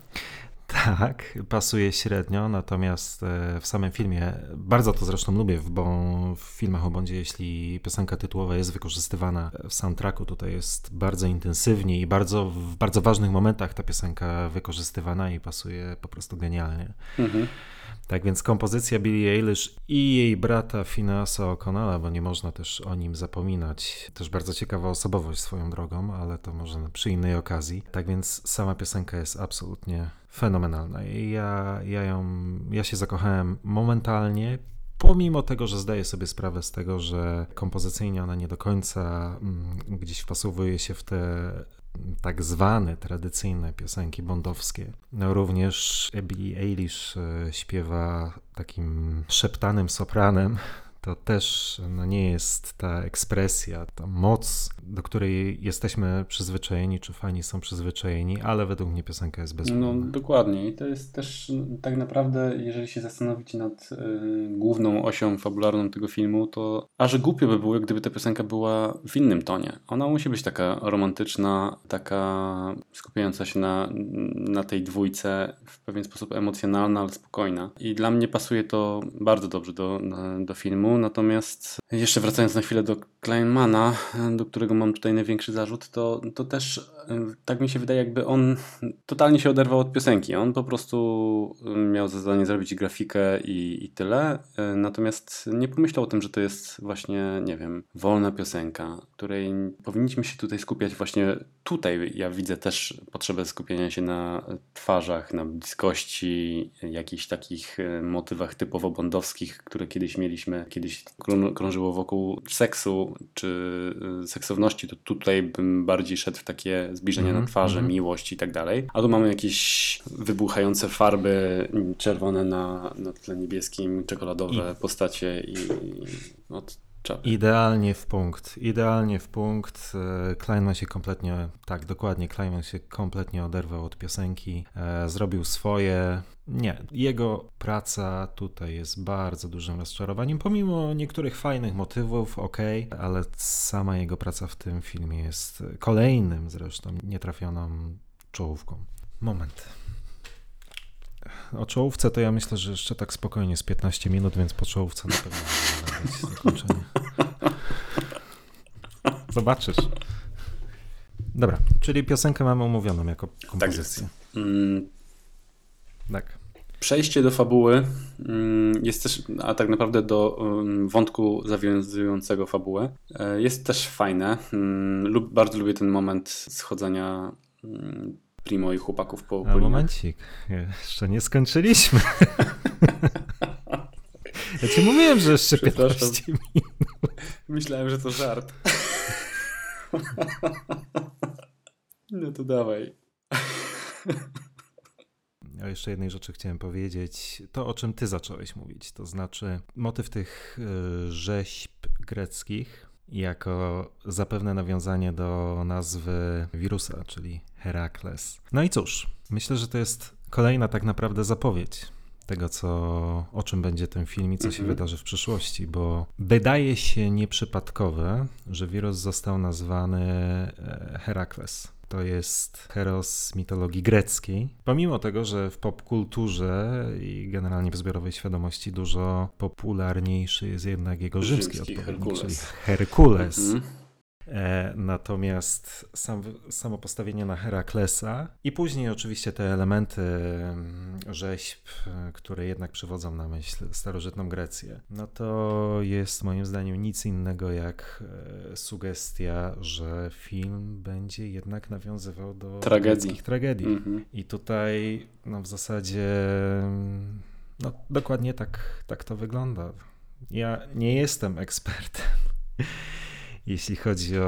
Tak, pasuje średnio, natomiast w samym filmie, bardzo to zresztą lubię, bo w filmach o Bondzie, jeśli piosenka tytułowa jest wykorzystywana w soundtracku, tutaj jest bardzo intensywnie i w bardzo ważnych momentach ta piosenka wykorzystywana i pasuje po prostu genialnie. Tak więc kompozycja Billie Eilish i jej brata Phineasa O'Connella, bo nie można też o nim zapominać. Też bardzo ciekawa osobowość swoją drogą, ale to może przy innej okazji. Tak więc sama piosenka jest absolutnie fenomenalna. I ja się zakochałem momentalnie, pomimo tego, że zdaję sobie sprawę z tego, że kompozycyjnie ona nie do końca gdzieś wpasowuje się w te tak zwane tradycyjne piosenki bondowskie. No również Billie Eilish śpiewa takim szeptanym sopranem. To też nie jest ta ekspresja, ta moc, do której jesteśmy przyzwyczajeni, czy fani są przyzwyczajeni, ale według mnie piosenka jest bezbłędna. No dokładnie i to jest też tak naprawdę, jeżeli się zastanowić nad główną osią fabularną tego filmu, to aż głupio by było, gdyby ta piosenka była w innym tonie. Ona musi być taka romantyczna, taka skupiająca się na tej dwójce, w pewien sposób emocjonalna, ale spokojna. I dla mnie pasuje to bardzo dobrze do filmu. Natomiast jeszcze wracając na chwilę do Kleinmana, do którego mam tutaj największy zarzut, to też tak mi się wydaje, jakby on totalnie się oderwał od piosenki. On po prostu miał za zadanie zrobić grafikę i tyle. Natomiast nie pomyślał o tym, że to jest właśnie, nie wiem, wolna piosenka, której powinniśmy się tutaj skupiać właśnie tutaj. Ja widzę też potrzebę skupienia się na twarzach, na bliskości, jakichś takich motywach typowo bondowskich, które kiedyś mieliśmy, kiedyś krążyło wokół seksu czy seksowności, to tutaj bym bardziej szedł w takie zbliżenie na twarze, miłość i tak dalej. A tu mamy jakieś wybuchające farby czerwone na tle niebieskim, czekoladowe postacie i od czapy. Idealnie w punkt. Kleinman się kompletnie, tak dokładnie, Kleinman się kompletnie oderwał od piosenki, zrobił swoje. Nie, jego praca tutaj jest bardzo dużym rozczarowaniem, pomimo niektórych fajnych motywów, ale sama jego praca w tym filmie jest kolejnym zresztą nietrafioną czołówką. Moment. O czołówce to ja myślę, że jeszcze tak spokojnie z 15 minut, więc po czołówce na pewno nie będzie zakończenie. Zobaczysz. Dobra, czyli piosenkę mamy umówioną jako kompozycję. Tak. Przejście do fabuły jest też, a tak naprawdę do wątku zawiązującego fabułę, jest też fajne. Bardzo lubię ten moment schodzenia Primo i chłopaków po liniach. Momencik, jeszcze nie skończyliśmy. Ja ci mówiłem, że jeszcze 15 minut. Myślałem, że to żart. No to dawaj. O jeszcze jednej rzeczy chciałem powiedzieć. To, o czym ty zacząłeś mówić, to znaczy motyw tych rzeźb greckich jako zapewne nawiązanie do nazwy wirusa, czyli Herakles. No i cóż, myślę, że to jest kolejna tak naprawdę zapowiedź tego, o czym będzie ten film i co się wydarzy w przyszłości, bo wydaje się nieprzypadkowe, że wirus został nazwany Herakles. To jest heros z mitologii greckiej. Pomimo tego, że w popkulturze i generalnie w zbiorowej świadomości dużo popularniejszy jest jednak jego rzymski odpowiednik, czyli Herkules. Natomiast samo postawienie na Heraklesa i później oczywiście te elementy rzeźb, które jednak przywodzą na myśl starożytną Grecję, no to jest moim zdaniem nic innego jak sugestia, że film będzie jednak nawiązywał do greckich tragedii. I tutaj w zasadzie dokładnie tak to wygląda. Ja nie jestem ekspertem, jeśli chodzi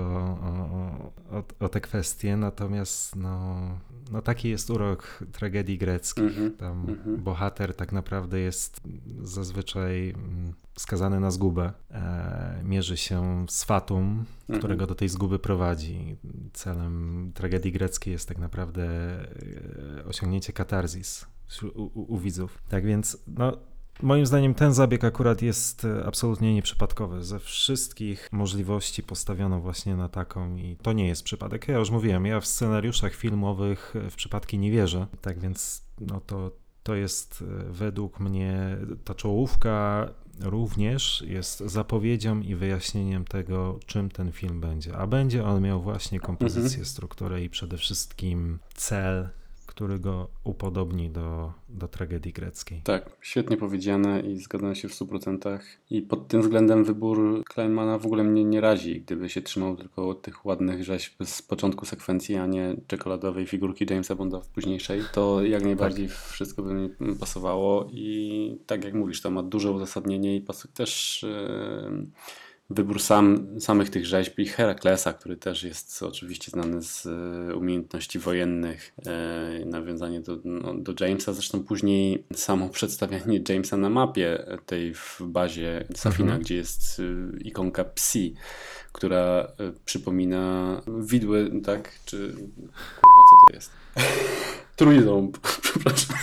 o te kwestie, natomiast taki jest urok tragedii greckich. Tam bohater tak naprawdę jest zazwyczaj skazany na zgubę. Mierzy się z fatum, którego do tej zguby prowadzi. Celem tragedii greckiej jest tak naprawdę osiągnięcie katarzis u widzów. Tak więc moim zdaniem ten zabieg akurat jest absolutnie nieprzypadkowy. Ze wszystkich możliwości postawiono właśnie na taką i to nie jest przypadek. Ja już mówiłem, ja w scenariuszach filmowych w przypadki nie wierzę. Tak więc to jest według mnie ta czołówka również jest zapowiedzią i wyjaśnieniem tego, czym ten film będzie. A będzie on miał właśnie kompozycję, strukturę i przede wszystkim cel, który go upodobni do tragedii greckiej. Tak, świetnie powiedziane i zgadzam się w 100%. I pod tym względem wybór Kleinmana w ogóle mnie nie razi. Gdyby się trzymał tylko tych ładnych rzeźb z początku sekwencji, a nie czekoladowej figurki Jamesa Bonda w późniejszej, to jak najbardziej wszystko by mi pasowało. I tak jak mówisz, to ma duże uzasadnienie i pasuje też wybór samych tych rzeźb i Heraklesa, który też jest oczywiście znany z umiejętności wojennych, nawiązanie do Jamesa, zresztą później samo przedstawianie Jamesa na mapie tej w bazie Safina, gdzie jest ikonka psi, która przypomina widły, tak? Czy kurwa, co to jest? Trójząb, przepraszam.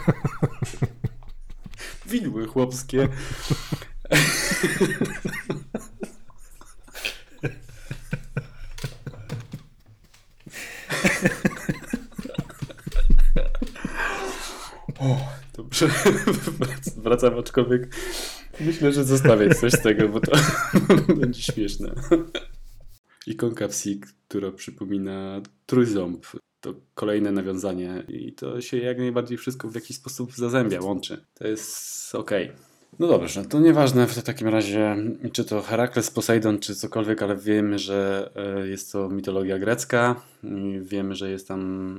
Widły chłopskie. Dobrze, wracam, aczkolwiek myślę, że zostawię coś z tego, bo to będzie śmieszne. Ikonka psi, która przypomina trójząb. To kolejne nawiązanie i to się jak najbardziej wszystko w jakiś sposób zazębia, łączy. To jest okej. No dobrze, to nieważne w takim razie, czy to Herakles, Posejdon, czy cokolwiek, ale wiemy, że jest to mitologia grecka. Wiemy, że jest tam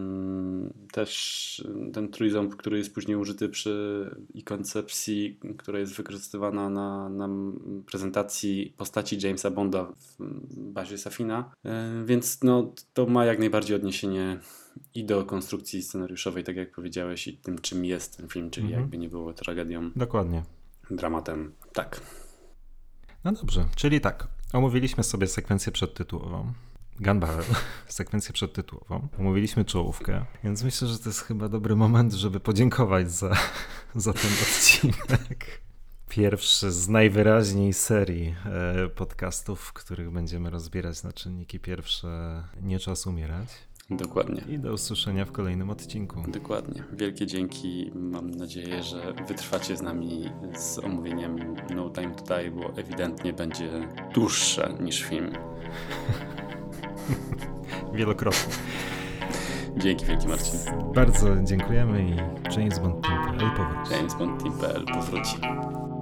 też ten trójząb, który jest później użyty przy ikonce psi, która jest wykorzystywana na prezentacji postaci Jamesa Bonda w bazie Safina. Więc no, to ma jak najbardziej odniesienie i do konstrukcji scenariuszowej, tak jak powiedziałeś, i tym, czym jest ten film, czyli jakby nie było tragedią. Dokładnie. Dramatem. Tak. No dobrze, czyli tak, omówiliśmy sobie sekwencję przedtytułową, Gun Barrel, sekwencję przedtytułową, omówiliśmy czołówkę, więc myślę, że to jest chyba dobry moment, żeby podziękować za ten odcinek. Pierwszy z najwyraźniej serii podcastów, w których będziemy rozbierać na czynniki pierwsze Nie czas umierać. Dokładnie. I do usłyszenia w kolejnym odcinku. Dokładnie. Wielkie dzięki. Mam nadzieję, że wytrwacie z nami z omówieniem No Time to Die, bo ewidentnie będzie dłuższe niż film. Wielokrotnie. Dzięki wielki, Marcin. Bardzo dziękujemy i JamesBond.pl powróci. JamesBond.pl powróci.